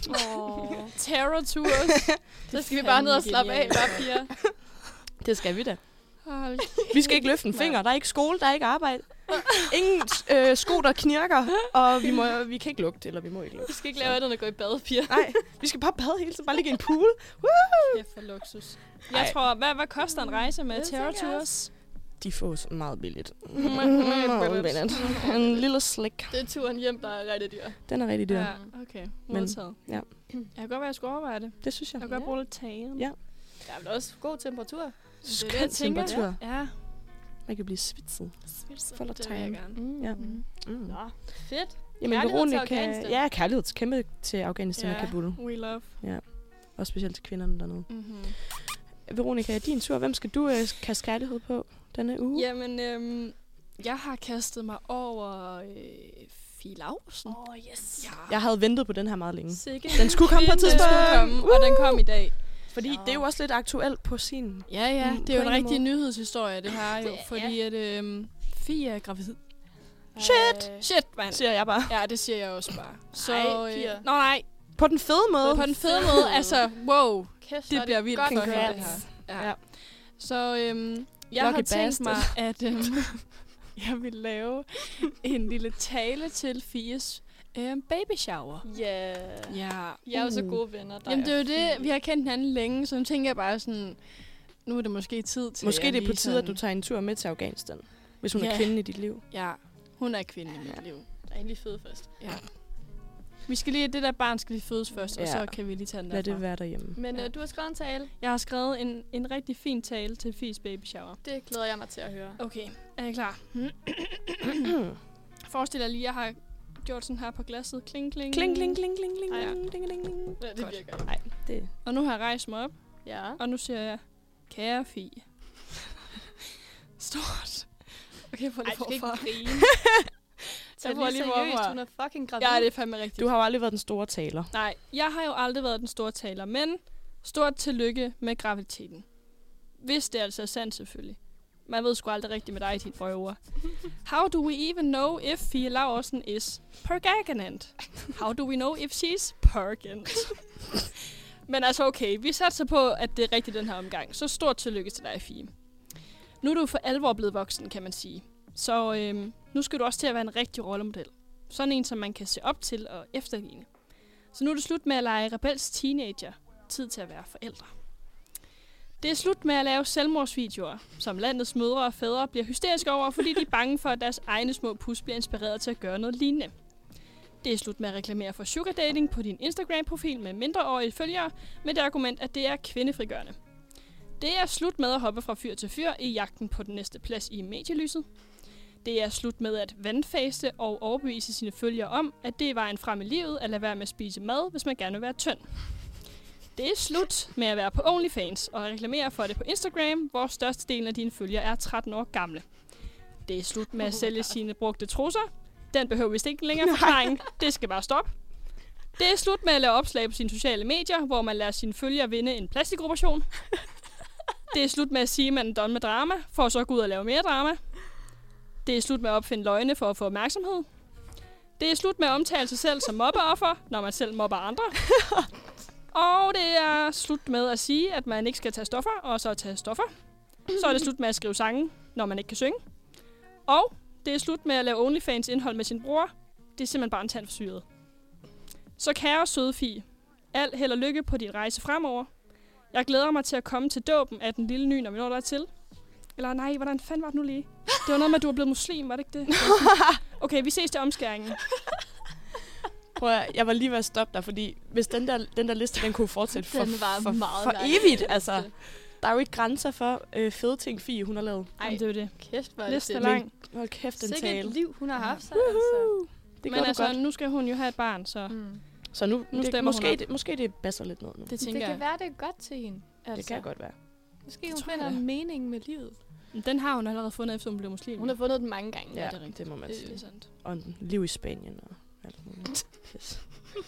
Terra Tours. Så skal vi bare ned og slappe af, bare piger. Det skal vi da. Vi skal ikke løfte en finger. Der er ikke skole, der er ikke arbejde. Ingen sko, der knirker. Og vi kan ikke lugte, eller vi må ikke lugte. Vi skal ikke lave andet, at gå i bad, piger. Nej, vi skal bare bade hele tiden. Bare ligge i en pool. Kæft for luksus. Jeg tror, hvad koster en rejse med Terra Tours? De får så meget billigt. Meget billigt. En lille slik. Det er turen hjem, der er rigtig dyr. Den er rigtig dyr. Ja, okay. Modtaget. Ja. Jeg kan godt være, jeg skulle overveje det. Det synes jeg. Jeg kan godt bruge lidt tagen. Ja. Der er vel også god temperatur. Skøn temperatur. Ja. Man kan blive svitset. Full of Det vil jeg time. gerne. Ja. Nå, fedt. Jamen, Kærlighed til Afghanistan. Ja, kærlighed til kæmpe til Afghanistan og Kabul. We love. Og specielt til kvinderne dernede. Mm-hmm. Veronica, din tur. Hvem skal du kaste kærlighed på denne uge? Jamen, jeg har kastet mig over Fie Laursen. Yes. Ja. Jeg havde ventet på den her meget længe. Sikke. Den skulle komme på et Den tidspunkt. skulle komme, og den kom i dag. Fordi det er jo også lidt aktuelt på sin... Ja, det er jo på en rigtig måde. nyhedshistorie, det her jo. Fordi at Fie er gravid. Shit, mand. Siger jeg bare. Ja, det siger jeg også bare. Så, Ej, piger. nej. På den fede måde. På den fede måde, altså, wow. Kæft, Det bliver vildt godt for hende, det congrats. her. Ja. Så jeg Lucky har tænkt bastard. mig, at jeg vil lave en lille tale til Fies baby shower. Ja. Ja. Jeg er jo så gode venner. Der Jamen, det er jo det. Vi har kendt hinanden længe, så nu tænker jeg bare sådan, nu er det måske tid til... Måske at det er på lige tide, at du sådan- tager en tur med til Afghanistan. Hvis hun er Ja. kvinden i dit liv. Ja, hun er kvinde i mit liv. er egentlig fede først. Ja. Vi skal lige, det der barn skal lige fødes først, og Ja. så kan vi lige tage den Lad derfra. det være derhjemme. Men du har skrevet en tale. Jeg har skrevet en rigtig fin tale til Fies baby shower. Det glæder jeg mig til at høre. Okay, er I klar? Forestil dig lige, jeg har gjort sådan her på glasset. Kling, kling. Kling, kling, kling, kling, kling, Ah, ja. kling, kling, kling. Ja, det Godt. virker ikke. Nej, det... Og nu har jeg rejst mig op, Ja. og nu siger jeg, kære Fie. Stort. Okay, prøv Ej, lige du skal ikke forfra. grine. Tag Jeg får det lige lige seriøst. forfra. Hun er fucking gravid. Ja, det er fandme rigtigt. Du har jo aldrig været den store taler. Nej, jeg har jo aldrig været den store taler, men stort tillykke med graviditeten. Hvis det altså er sandt, selvfølgelig. Man ved sgu aldrig rigtigt med dig, dit røver. How do we even know if Fie Laursen is pregnant? How do we know if she's pregnant? Men altså okay, vi satser på, at det er rigtigt den her omgang. Så stort tillykke til dig, Fie. Nu er du for alvor blevet voksen, kan man sige. Så nu skal du også til at være en rigtig rollemodel. Sådan en, som man kan se op til og efterligne. Så nu er det slut med at lege rebels teenager. Tid til at være forældre. Det er slut med at lave selvmordsvideoer, som landets mødre og fædre bliver hysteriske over, fordi de er bange for, at deres egne små pus bliver inspireret til at gøre noget lignende. Det er slut med at reklamere for sugar dating på din Instagram-profil med mindreårige følgere, med det argument, at det er kvindefrigørende. Det er slut med at hoppe fra fyr til fyr i jagten på den næste plads i medielyset. Det er slut med at vandfaste og overbevise sine følgere om, at det er vejen frem i livet at lade være med at spise mad, hvis man gerne vil være tynd. Det er slut med at være på OnlyFans og reklamere for det på Instagram, hvor størstedelen af dine følgere er 13 år gamle. Det er slut med at sælge sine brugte trusser. Den behøver vist ikke længere forklaring. Det skal bare stoppe. Det er slut med at lave opslag på sine sociale medier, hvor man lader sine følgere vinde en plastikoperation. Det er slut med at sige, at man er done med drama, for at så gå ud og lave mere drama. Det er slut med at opfinde løgne for at få opmærksomhed. Det er slut med at omtale sig selv som mobbeoffer, når man selv mobber andre. Og det er slut med at sige, at man ikke skal tage stoffer, og så tage stoffer. Så er det slut med at skrive sange, når man ikke kan synge. Og det er slut med at lave OnlyFans indhold med sin bror. Det er simpelthen bare en tand for syret. Så kære søde Fie, alt held og lykke på din rejse fremover. Jeg glæder mig til at komme til dåben af den lille ny, når vi når der til. Eller nej, hvordan fanden var det nu lige? Det var noget med, at du er blevet muslim, var det ikke det? Okay, vi ses til omskæringen. Prøv at, jeg var lige ved at stoppe dig, fordi hvis den der liste, den kunne fortsætte for evigt. Altså, der er jo ikke grænser for fede ting, Fie, hun har lavet. Ej, det er det. Kæft, var det lang. Hold kæft, den tale. tale. Et liv, hun har haft sig. Altså. Det men altså, nu skal hun jo have et barn, så... Så nu stemmer hun måske det passer lidt ned nu. Det tænker jeg. Det kan være, det er godt til hende. Altså. Det kan godt være. Måske hun finder en mening med livet. Den har hun allerede fundet, efter hun blev muslim. Hun har fundet den mange gange. Ja, det er rigtigt. Det må man sige. Og liv i Spanien og alt muligt. Yes.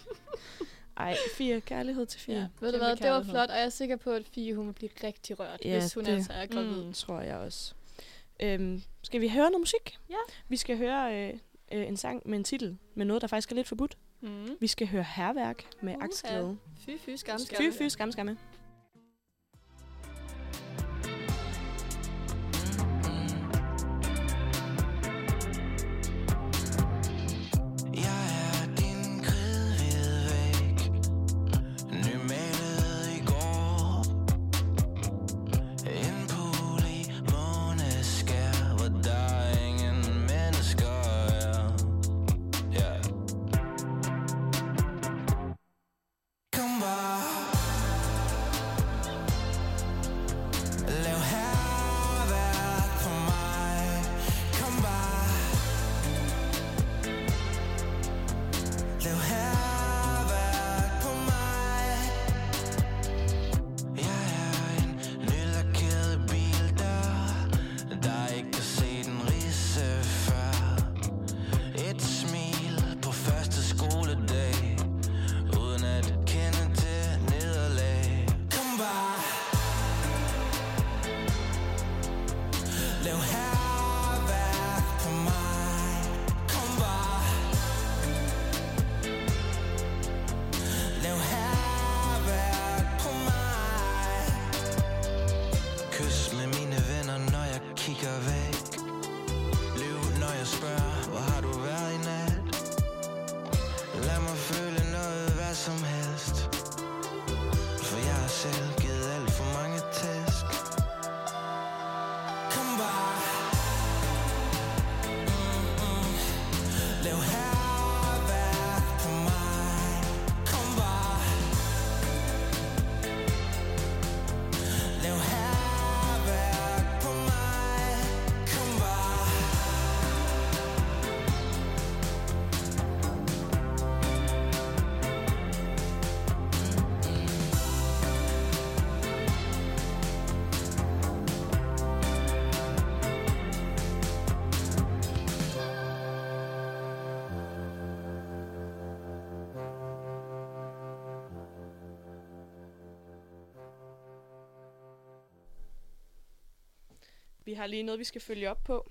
Ej, Fie, kærlighed til Fie. Ja, ved du hvad, det var flot, og jeg er sikker på, at Fie, hun vil blive rigtig rørt, hvis hun altså er gravid. Tror jeg også. Skal vi høre noget musik? Ja. Vi skal høre en sang med en titel, med noget, der faktisk er lidt forbudt. Vi skal høre Hærværk med Aksglæde. Fy, skam. Fy, skam. Vi har lige noget, vi skal følge op på.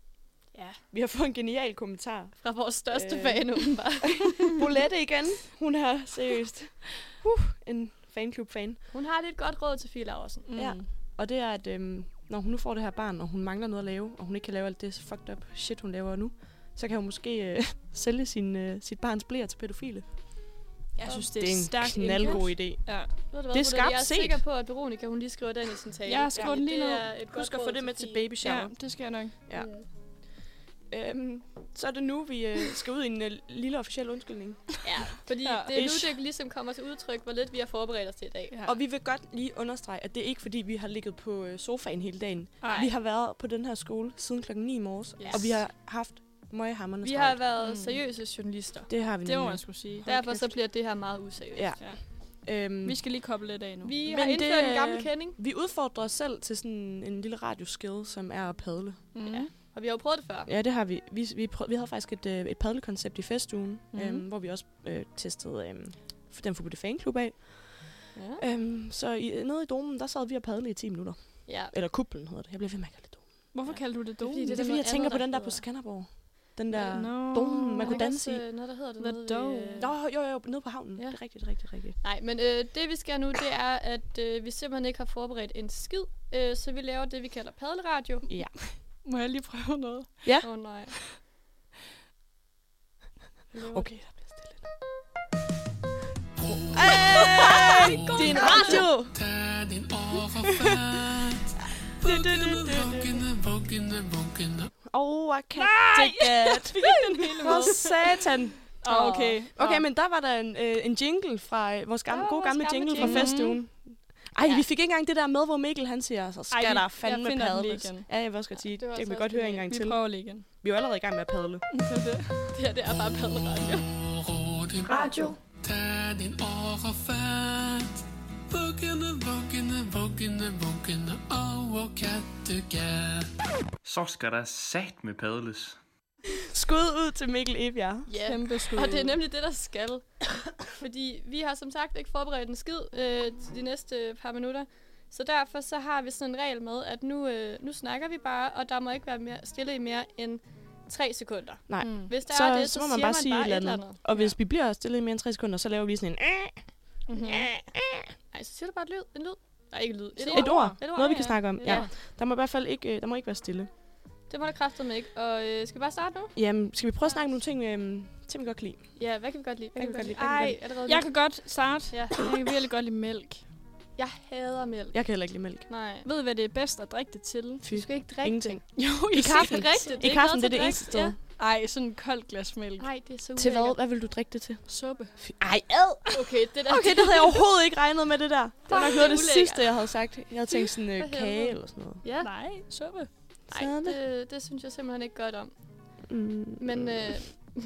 Ja. Vi har fået en genial kommentar. Fra vores største fan, åbenbart. Bolette igen. Hun har seriøst en fanklub-fan. Hun har lidt godt råd til Fie Laursen. Ja. Og det er, at når hun nu får det her barn, og hun mangler noget at lave, og hun ikke kan lave alt det fucked up shit, hun laver nu, så kan hun måske sælge sit barns bleer til pædofile. Jeg synes, det Det er en knaldgod idé. Ja. Ved du hvad, Det er Rudolf? skarpt Jeg er set. sikker på, at Veronica, hun lige skriver den i sin tale. Jeg skriver den lige ned. Husk at få det med til baby shower. Ja, det skal jeg nok. Ja. Så er det nu, vi skal ud i en lille officiel undskyldning. Ja, fordi det er nu, det ligesom kommer til udtryk, hvor lidt vi har forberedt os til i dag. Ja. Og vi vil godt lige understrege, at det er ikke fordi, vi har ligget på sofaen hele dagen. Ej. Vi har været på den her skole siden klokken 9 i morges, Yes. og vi har haft møghamrende Vi travlt. har været seriøse journalister. Det har vi Det må nemlig. man skulle sige. Derfor så bliver det her meget useriøst. Ja. Vi skal lige koble lidt af nu. Vi Men har indført det, en gammel kending, Vi udfordrer os selv til sådan en lille radioskill, som er at padle. Ja. og vi har jo prøvet det før. Ja, det har vi. Vi havde faktisk et padlekoncept i festugen, hvor vi også testede den forbudte fanklub af. Ja. Så nede i domen, der sad vi og padlede i 10 minutter. Ja. Eller kuplen hedder det. Jeg bliver ved med at kalde det domen. Hvorfor kalder du det dome? fordi Det er der fordi, noget jeg tænker andet, på den der der på hedder- Skanderborg. Den der Nå. domen, man kunne Der er danse i. også, noget, der hedder det The nede Dome. Jo, nede på havnen. Ja. Det er rigtigt. Nej, men det vi skal nu, det er, at vi simpelthen ikke har forberedt en skid. Så vi laver det, vi kalder padleradio. Ja. Må jeg lige prøve noget? Ja. Åh nej. Okay, der bliver stille nu. Ej, det er en radio! Tag din overfærd. I can't take it. For satan. Okay. Okay, men der var der en jingle fra vores gode gamle jingle fra festugen. Ej, vi fik ikke engang det der med, hvor Mikkel han siger, så skal der fandme finder den lige padles. igen. Ja, jeg vil også godt sige, det var det kan vi også godt høre en genialt. gang Vi til. prøver lige igen. Vi er jo allerede i gang med at padle. Det er bare padleradio. Radio. Tag din overfærd. Vuggende over Kattegat. Så skal der sat med padles. Skud ud til Mikkel Ebjerg. Ja, Kæmpe skud. og det er nemlig det, der skal. Fordi vi har som sagt ikke forberedt en skid de næste par minutter. Så derfor så har vi sådan en regel med, at nu snakker vi bare, og der må ikke være stille i mere end 3 sekunder. Nej, Hvis der så, er det, så må man siger bare sige et eller andet. Og hvis Ja. vi bliver stille i mere end 3 sekunder, så laver vi sådan en... Mm-hmm. Nej, så siger du bare en lyd. Nej, ikke lyd. Et ord. Noget, vi kan snakke om. Ja. Ja. Der må i hvert fald ikke, der må ikke være stille. Det må der kraftedeme ikke. Og skal vi bare starte nu? Jamen, skal vi prøve at snakke om nogle ting, ting vi godt kan lide? Ja, hvad kan vi godt lide? Ej, allerede Jeg nu. kan godt starte. Ja. Jeg kan virkelig godt lide mælk. Jeg hader mælk. Jeg kan heller ikke lide mælk. Nej. Ved I, hvad det er bedst at drikke det til? Fy. Du skal ikke drikke Ingenting. Jo, I kaffen. rigtigt. I kaffen, det er noget det til eneste drik. sted. Ja. Ej, sådan en koldt glas mælk. Nej, det er så Til hvad? ulækkert. Hvad vil du drikke det til? Suppe. Ej, ad! Okay, det der. Okay, det havde jeg overhovedet ikke regnet med det der. Det var nok Fuck, noget af det det er sidste, ulækkert. jeg havde sagt. Jeg havde tænkt sådan For kage helvede. eller sådan noget. Ja. Nej, suppe. Nej, det synes jeg simpelthen ikke godt om. Men nej.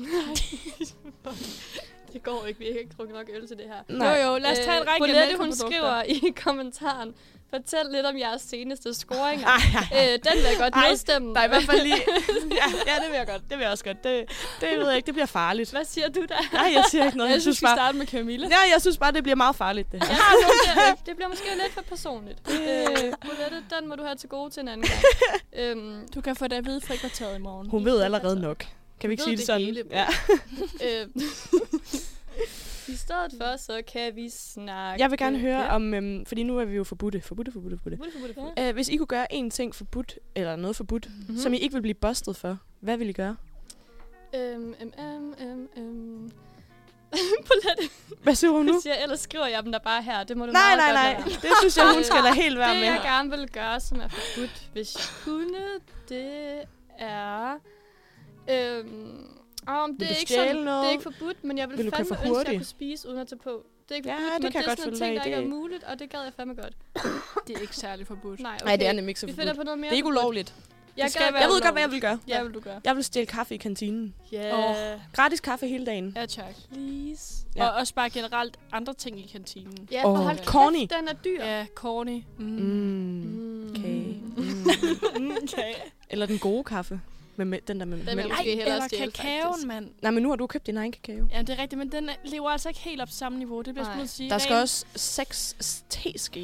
Det går ikke. Vi har ikke drukket nok øl til det her. Nej. Jo, lad os tage en række Bolette, hun mælkeprodukter. skriver i kommentaren, fortæl lidt om jeres seneste scoringer. Den vil jeg godt nedstemme. Der er i hvert fald lige... ja, det vil jeg godt. Det vil jeg også godt. Det ved jeg ikke. Det bliver farligt. Hvad siger du der? Nej, jeg siger ikke noget. Jeg synes, vi starter med Camilla. Ja, jeg synes bare, det bliver meget farligt, det her. Det bliver måske lidt for personligt. Bolette, den må du have til gode til en anden gang. Du kan få det at vide frikvarteret i morgen. Hun ved allerede nok. Kan vi ikke ved sige det det sådan? hele, Ja. I stedet for, så kan vi snakke... Jeg vil gerne høre om... fordi nu er vi jo forbudte. Ja. Hvis I kunne gøre én ting forbudt, eller noget forbudt, som I ikke vil blive bustet for, hvad vil I gøre? Bolette. Hvad siger hun nu? Jeg siger, ellers skriver jeg dem der bare her. Det må du Nej. meget godt lade være. Det synes jeg, hun skal da helt være Det, med. jeg gerne vil gøre, som er forbudt, hvis jeg kunne, det er... det er ikke sådan, det er ikke forbudt, men jeg vil Vil du køre fandme for ønske, at jeg hurtigt? kunne spise uden at tage på. Det er ikke Ja, forbudt, det men kan det jeg er godt sådan en følge ting, dig der i. ikke er Det- muligt, og det gad jeg fandme godt. Det er ikke særlig forbudt. Nej, okay. Nej, det er nemlig ikke så Vi forbudt. finder på noget mere Det er ikke forbudt. ulovligt. Jeg, skal gad være Jeg ved godt, godt, hvad jeg vil gøre. Hvad vil du gøre? Jeg vil stjæle kaffe i kantinen. Ja, Gratis kaffe hele dagen. Ja, tak. please. Ja. Og også bare generelt andre ting i kantinen. Ja, for hold kæft, corny. den er dyr. Ja, corny. Kage. Eller den gode kaffe. Med den der med Den vil mælk. jeg måske hellere eller stjæle, kakaoen, faktisk. mand. Nej, men nu har du købt din egen kakao. Ja, det er rigtigt, men den lever altså ikke helt op på samme niveau. Det bliver jeg Nej. nødt til at sige. Der skal Ren- også 6 teskeer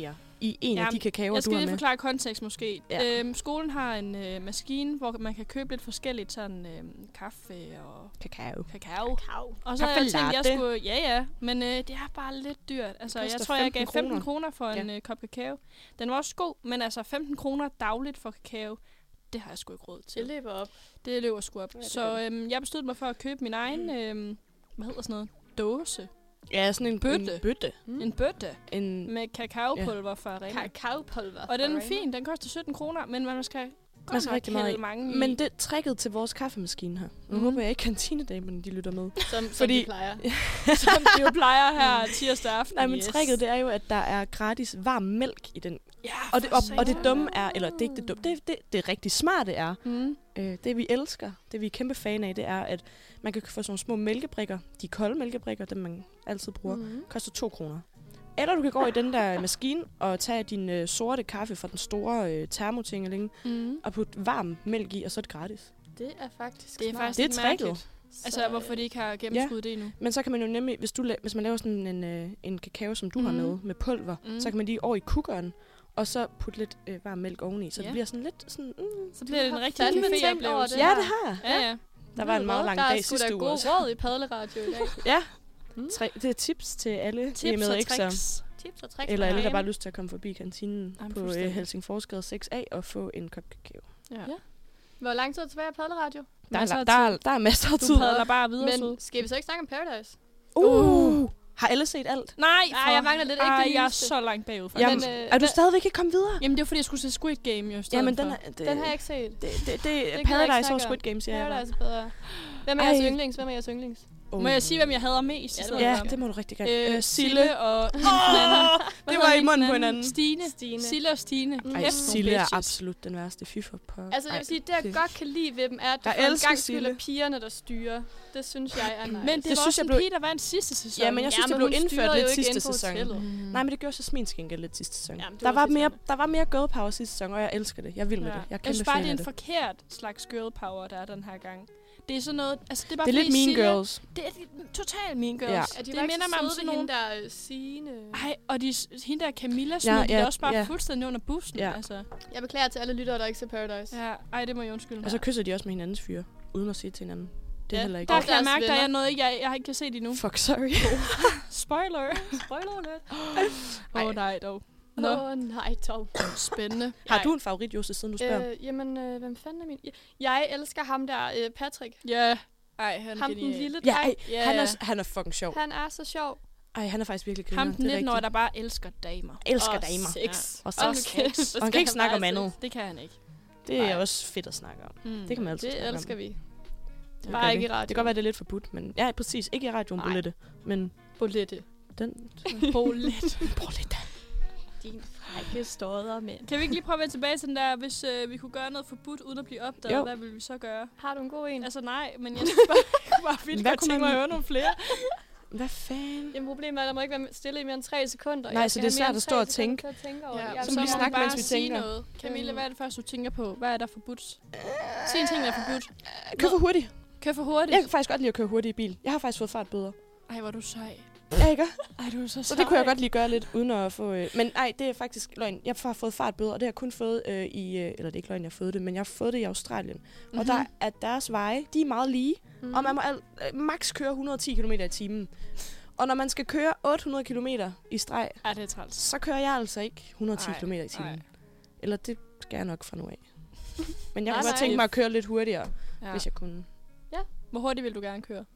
i en af de kakaoer, jeg skal du har lige med. forklare kontekst måske. Ja. Skolen har en maskine, hvor man kan købe lidt forskelligt, sådan kaffe og Kakao. Og så har jeg tænkt, jeg latte. skulle... Ja, men det er bare lidt dyrt. Altså, jeg Koster tror, jeg gav 15 15 kroner for en kop kakao. Den var også god, men altså 15 kroner dagligt for kakao, det har jeg sgu ikke råd til. Det løber op. Det løber sgu op. Ja, det Så jeg besluttede mig for at købe min egen, hvad hedder sådan noget, dåse. Ja, sådan en Bøtte. En bøtte. En bøtte En, med kakaopulver fra Arena. Kakaopulver. Og den er fin, den koster 17 kroner, men man skal man skal rigtig meget i. mange Men det er tricket til vores kaffemaskine her. Nu håber jeg ikke, kantinedamerne de lytter med. Som de plejer. som de jo plejer her tirsdag aften. Nej, men tricket det er jo, at der er gratis varm mælk i den. Ja, Og det dumme er, eller det er ikke det dumme, det rigtig smarte er, det vi elsker, det vi er kæmpe fan af, det er, at man kan få sådan nogle små mælkebrikker, de kolde mælkebrikker, dem man altid bruger, koster 2 kroner. Eller du kan gå i den der maskine og tage din sorte kaffe fra den store termotingeling og putte varm mælk i, og så er det gratis. Det er faktisk Det er smart. faktisk Det er ikke tricket. mærkeligt. Altså, hvorfor de ikke har gennemskuddet det endnu. Men så kan man jo nemlig, hvis man laver sådan en kakao, som du har med pulver, så kan man lige over i kukkeren, og så putte lidt varm mælk oveni, så det bliver sådan lidt sådan... Så bliver det en rigtig fandme tænkt over café-oplevelse. det. Ja, det har jeg. Ja. Der var en meget lang dag sidste uge Der er også. sgu da gode råd i padleradio i dag. Ja, det er tips til alle. Tips og tricks. Tips og tricks. Eller alle, der derhjemme. bare har lyst til at komme forbi kantinen på fuldstændig. Helsingforsgade 6A og få en kop kakao. Ja. Hvor lang tid er tilbage af padleradio? Der er masser af tid. Du padler bare videre, Men sød. skal vi så ikke snakke om Paradise? Har alle set alt? Nej, jeg mangler lidt. Ikke det jeg er nyeste. så langt bagud. Jamen, er du stadigvæk ikke kommet videre? Jamen, det var fordi, jeg skulle se Squid Game jo. Jamen, Den har jeg ikke set. det er Paradise og Squid Game, siger jeg bare. Paradise er bedre. Hvem er jeres yndlings? Hvem er jeres yndlings? Må jeg sige, hvem jeg hader mest? Ja, det må du rigtig gerne. Sille og det var i munden på hinanden. Stine. Sille og Stine. Ej, Sille er absolut den værste. Fy for pokker. Altså, jeg vil sige, det jeg godt kan lide ved dem, er, at det Jeg for en elsker gang skyld Sille. er pigerne, der styrer. Det synes jeg er nice. Men det var synes også jeg en blev- pige, der var en sidste sæson. Ja, men jeg synes, det blev indført lidt sidste sæson. sæson. Nej, men det gjorde Jasmin skænke lidt sidste sæson. Jamen, det Der var var mere girl power sidste sæson, og jeg elsker det. Jeg vil med det. Jeg er Jeg kæmpe synes bare, fan det er af en det. forkert slags girl power, der er den her gang. Det er sådan noget... Altså, det er bare Det er fordi lidt Mean Sille- Girls. Det er totalt Mean Girls. Ja. Er de det var ikke minder mig om søde sådan ved nogle... hende der Signe? Ej, og hende der Camilla Ja, smed de ja, også bare ja. fuldstændig under bussen. Ja. Altså. Jeg beklager til alle lyttere, der ikke ser Paradise. Ja, ej, det må jeg undskylde. Og så kysser de også med hinandens fyre, uden at sige til hinanden. Det er Ja. heller ikke. Der Og kan jeg deres mærke, der er venner. noget, jeg har ikke set endnu. Fuck, sorry. Spoiler. Spoiler alert. Nej dog. Nej, dog. Spændende. Har du en favorit, Jose, siden du spørger? Jamen, hvem fanden er min? Jeg elsker ham der, Patrick. Ja. Ej, han er Ham den genial. lille Ja, dreng. han er fucking sjov. Han er så sjov. Ej, han er faktisk virkelig griner. Ham den Det er 19-årige, rigtigt. der bare elsker damer. Elsker Og damer. sex. Og Hold nu sex. kæft, Og han kan ikke snakke om bare andet. Det kan han ikke. Det er også fedt at snakke om. Mm. Det kan man altid Det snakke om. elsker vi. Det Bare gør ikke vi. i radio. Det kan godt være, det er lidt forbudt, men... Ja, præcis. Ikke i radioen, Nej. Bolette. Men Bolette. den... Bolet. Bolette. Din frække stodder, mænd. Kan vi ikke lige prøve at vende tilbage til den der, hvis vi kunne gøre noget forbudt, uden at blive opdaget, Jo. hvad ville vi så gøre? Har du en god en? Altså nej, men jeg synes bare vildt Hvad godt kunne tænke mig man- at høre nogle flere. Hvad fanden? Jamen, problemet er, at der må ikke være stille i mere end 3 sekunder. Nej, Jeg så skal det er have svært mere at stå end og 3 sekunder tænke. til at tænke over Ja, det. Jeg så er må vi så snakke, bare mens vi sige tænker. noget. Camilla, hvad er det første, du tænker på? Hvad er der forbudt? Sig en ting, der er forbudt. Kør for hurtigt. Kør for hurtigt. Jeg kan faktisk godt lide at køre hurtigt i bil. Jeg har faktisk fået fartbøder. Ej, hvor er du sej. Ja, ikke? Ej, du er så Så sej. det kunne jeg godt lige gøre lidt, uden at få... Men nej, det er faktisk løgn. Jeg har fået fartbøder, og det har jeg kun fået i... eller det er ikke løgn, jeg har fået det, men jeg har fået det i Australien. Mm-hmm. Og der er deres veje, de er meget lige. Mm-hmm. Og man må max køre 110 km i timen. Og når man skal køre 800 km i streg, Ja, det er træls. så kører jeg altså ikke 110 Ej, km i timen. ej. Eller det skal jeg nok fra nu af. Men jeg Nej, kunne godt nej. tænke mig at køre lidt hurtigere, Ja. hvis jeg kunne. Hvor hurtigt vil du gerne køre?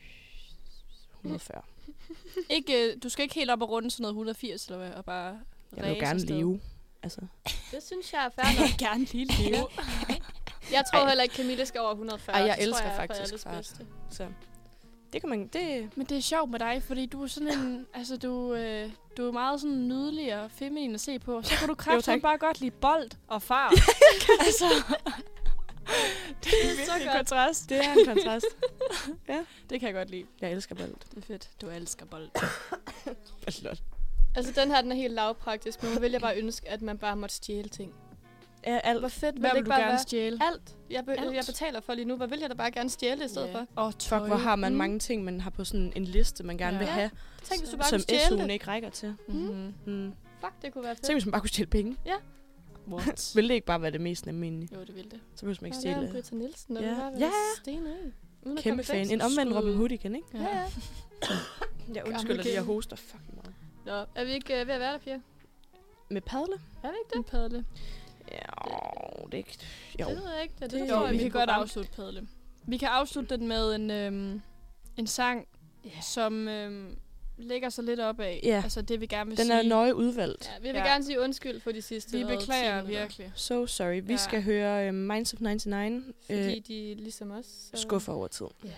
140. Ikke, du skal ikke helt op og runde sådan noget 180, eller hvad, og bare Jeg vil jo ræse gerne afsted. leve. Altså. Det synes jeg er fair nok. Jeg vil gerne lige leve. Jeg tror Ej. heller ikke, Camilla skal over 140. Ej, jeg Det tror elsker er for faktisk alles fart. bedste. Så det kan man... Det, Men det er sjovt med dig, fordi du er sådan en... altså, du er meget sådan nydelig og feminin at se på. Så kan du tak. kræfte bare godt lide bold og far. altså... det er virkelig en kontrast. det er en kontrast. Det kan jeg godt lide. Jeg elsker bold. Det er fedt. Du elsker bold. Altså, den her, den er helt lavpraktisk, men man vil jeg bare ønske, at man bare måtte stjæle ting. Ja, alt. Hvor fedt Hvad det vil ikke du bare gerne være? stjæle? Alt. Jeg betaler for lige nu. Hvad vil jeg da bare gerne stjæle det i stedet for? Og Fuck, hvor har man mange ting, man har på sådan en liste, man gerne vil have, Tænk, hvis du bare som kunne stjæle SU'en det. ikke rækker til. Mm-hmm. Mm. Fuck, det kunne være fedt. Tænk, hvis man bare kunne stjæle penge. Ja. What? Vil det ikke bare være det mest nemme egentlig? Jo, det vil det. Så behøver man ikke Ja, det er stjæle. Britta Nielsen, og Ja. det var Ja. stenet i. Uden at Kæmpe komme i fan. fængsel. En omvendt Skud. Robin Hood igen, ikke? Ja, ja. Jeg undskylder lige, jeg hoster fucking meget. Nå, er vi ikke ved at være der, Pia? Med padle? Er vi ikke En det? padle. Ja, det er ikke... Jo. Det ved jeg ikke. Det, Det- står Jo, i vi mit kan godt program. afslutte padle. Vi kan afslutte den med en sang, som lægger sig lidt op af. Ja. Altså det, vi gerne vil Den sige. er nøje udvalgt. Ja, vi vil Ja. gerne sige undskyld for de sidste Vi hvad, 10 beklager minutter. virkelig. So sorry. Vi Ja. skal høre Minds of 99. Fordi de ligesom os. Så... Skuffer over tid. Ja.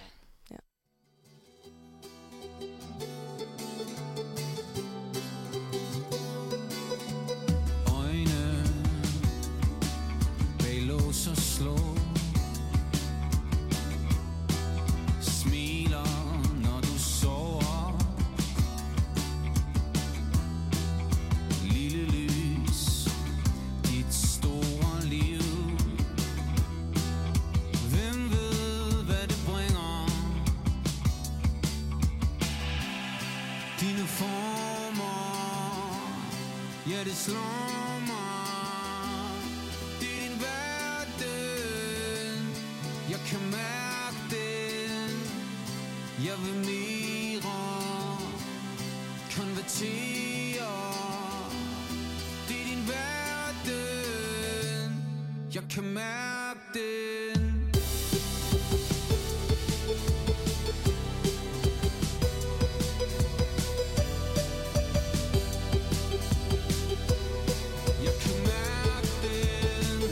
Øjne bag lås og slå. Smiler, når du sover. Lille lys, dit store liv. Hvem ved, hvad det bringer? Dine former, ja, det slår mig. Det er din verden, jeg kan mærke den. Jeg vil mere konvertere. Det er din verden, jeg kan mærke den. Jeg kan mærke den.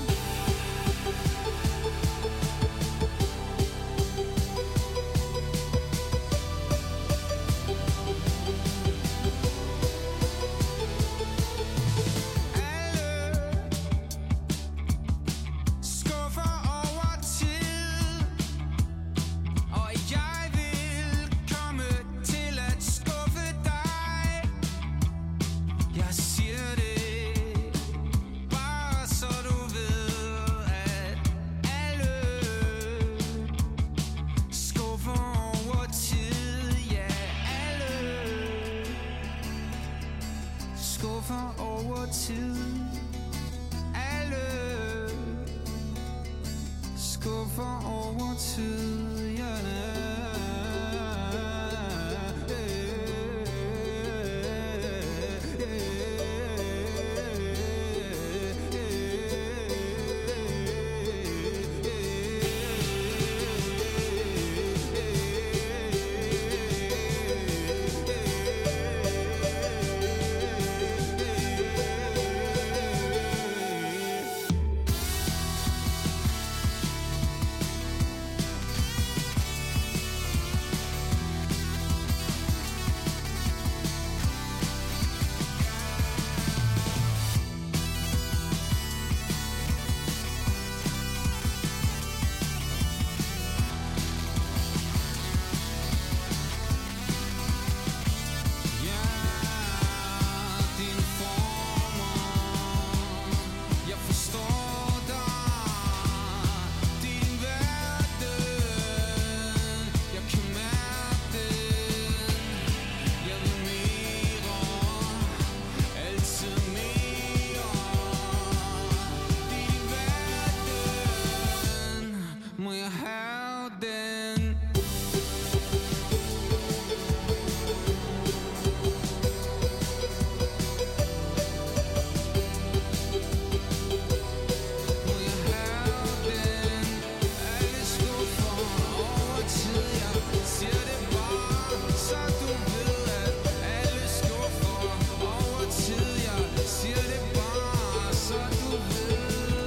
Alle skuffer over tid, og jeg vil komme til at skuffe dig. Jeg siger det bare så du ved, at alle skuffer over tid. Ja, alle skuffer over tid. Alle skuffer over tid. Ja, dine former, jeg forstår dig. Din verden, jeg kan mærke den. Jeg vil mere, altid mere. Din verden, må jeg have den. Må jeg have den. Alle skuffer over tid. Jeg siger det bare, så du ved, at alle skuffer over tid. Jeg siger det bare, så du ved.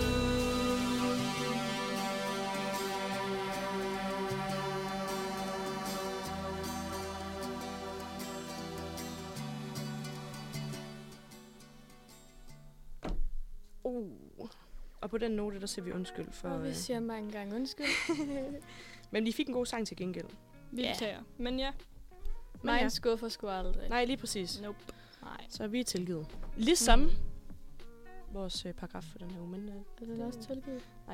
Og på den note, der siger vi undskyld for... Og vi siger mange gange undskyld. Men vi fik en god sang til gengæld. Vi beklager. Men ja. Men ja. Mig skuffer sgu aldrig. Nej, lige præcis. Nope. Nej. Så vi er tilgivet. Ligesom vores paragraf for den her uge, men Er det også tilgivet? nej,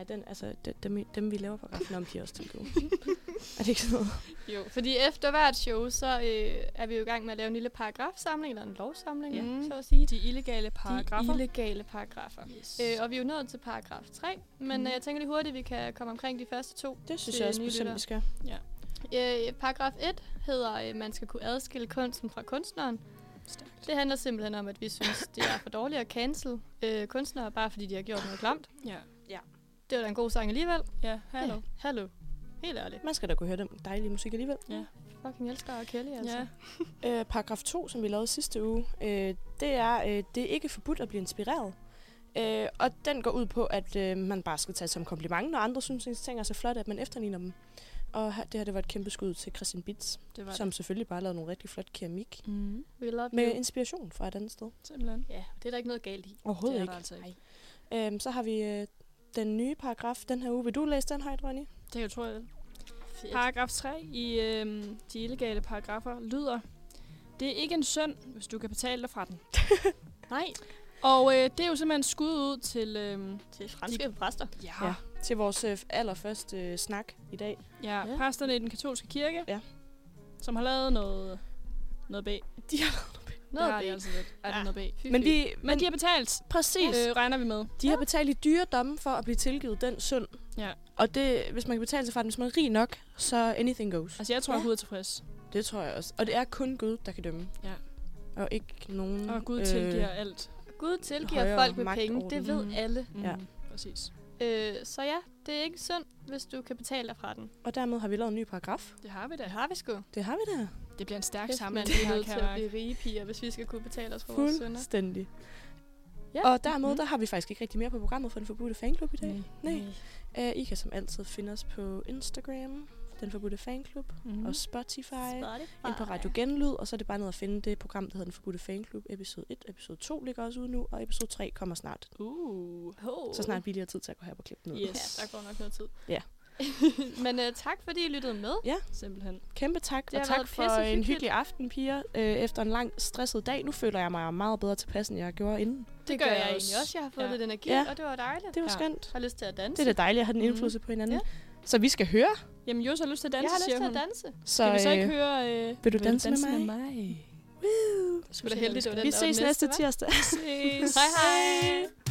dem vi laver paragrafen om, de er også tilgivet. Er det ikke sådan noget? Jo, fordi efter hvert show, så er vi jo i gang med at lave en lille paragrafsamling, eller en lovsamling, så at sige. De illegale paragrafer. De illegale paragrafer. Yes. Og vi er jo nået til paragraf 3, men jeg tænker lige hurtigt, at vi kan komme omkring de første 2. Det synes jeg også bestemt, vi skal. Paragraf 1 hedder, at man skal kunne adskille kunsten fra kunstneren. Stærkt. Det handler simpelthen om, at vi synes, det er for dårligt at cancel kunstnere, bare fordi de har gjort noget klamt. Ja. Det var da en god sang alligevel. Ja, hallo. Hallo. Helt ærligt. Man skal da kunne høre den dejlige musik alligevel. Ja. Fucking elsker Kelly, altså. Ja. Paragraf 2, som vi lavede sidste uge, det er ikke forbudt at blive inspireret. Og den går ud på, at man bare skal tage som kompliment, når andre synes, at ting er så flotte, at man efterligner dem. Og det var et kæmpe skud til Christian Bitz, som selvfølgelig bare lavede nogle rigtig flot keramik. Mm. Med inspiration fra et andet sted. Simpelthen. Ja, det er der ikke noget galt i. Overhovedet ikke. Altså ikke. Så har vi den nye paragraf den her uge. Vil du læse den højt, Ronny? Det kan jeg tro, jeg. Paragraf 3 i de illegale paragrafer lyder: det er ikke en synd, hvis du kan betale dig fra den. Nej. Og det er jo simpelthen skud ud til franske præster. Ja. Til vores allerførste snak i dag. Ja, præsterne i den katolske kirke. Ja. Som har lavet noget B. De har lavet noget B. Det har de altså lidt. Er det noget B? Men de har betalt. Præcis. Regner vi med. De har betalt i dyre domme for at blive tilgivet den synd. Ja. Og det, hvis man kan betale sig fra den, hvis man er rig nok, så anything goes. Altså jeg tror, at Gud er tilfreds. Det tror jeg også. Og det er kun Gud, der kan dømme. Ja. Og ikke nogen... Og Gud tilgiver alt. Gud tilgiver folk med penge. Det ved alle. Ja, præcis. Så ja, det er ikke synd, hvis du kan betale dig fra den. Og dermed har vi lavet en ny paragraf. Det har vi da. Det har vi sgu. Det har vi da. Det bliver en stærk samling. Vi er nødt til at blive rige piger, hvis vi skal kunne betale os for vores sønner. Fuldstændig. Ja. Og dermed, der har vi faktisk ikke rigtig mere på programmet for Den Forbudte Fanklub i dag. Nej. I kan som altid finde os på Instagram, Den Forbudte Fanklub, og Spotify. Ind på Radio Genlyd, og så er det bare ned at finde det program, der hedder Den Forbudte Fanklub. Episode 1, episode 2 ligger også ude nu, og episode 3 kommer snart. Så snart vi lige har tid til at gå her på klippen ned. Yes, der går nok noget tid. Ja. Men tak, fordi I lyttede med. Ja, simpelthen. Kæmpe tak, og tak for en hyggelig aften, piger. Efter en lang, stresset dag. Nu føler jeg mig meget bedre tilpas, end jeg gjorde inden. Det gør jeg egentlig også. Jeg har fået lidt energi, og det var dejligt. Det var skønt. Jeg har lyst til at danse. Det er da dejligt at have den indflydelse på hinanden. Ja. Så vi skal høre. Jamen, Jos har lyst til at danse, siger hun. Jeg har lyst til at danse. Skal vi så ikke høre... vil du danse med mig? Woo! Vi ses næste tirsdag. Vi ses. Hej hej.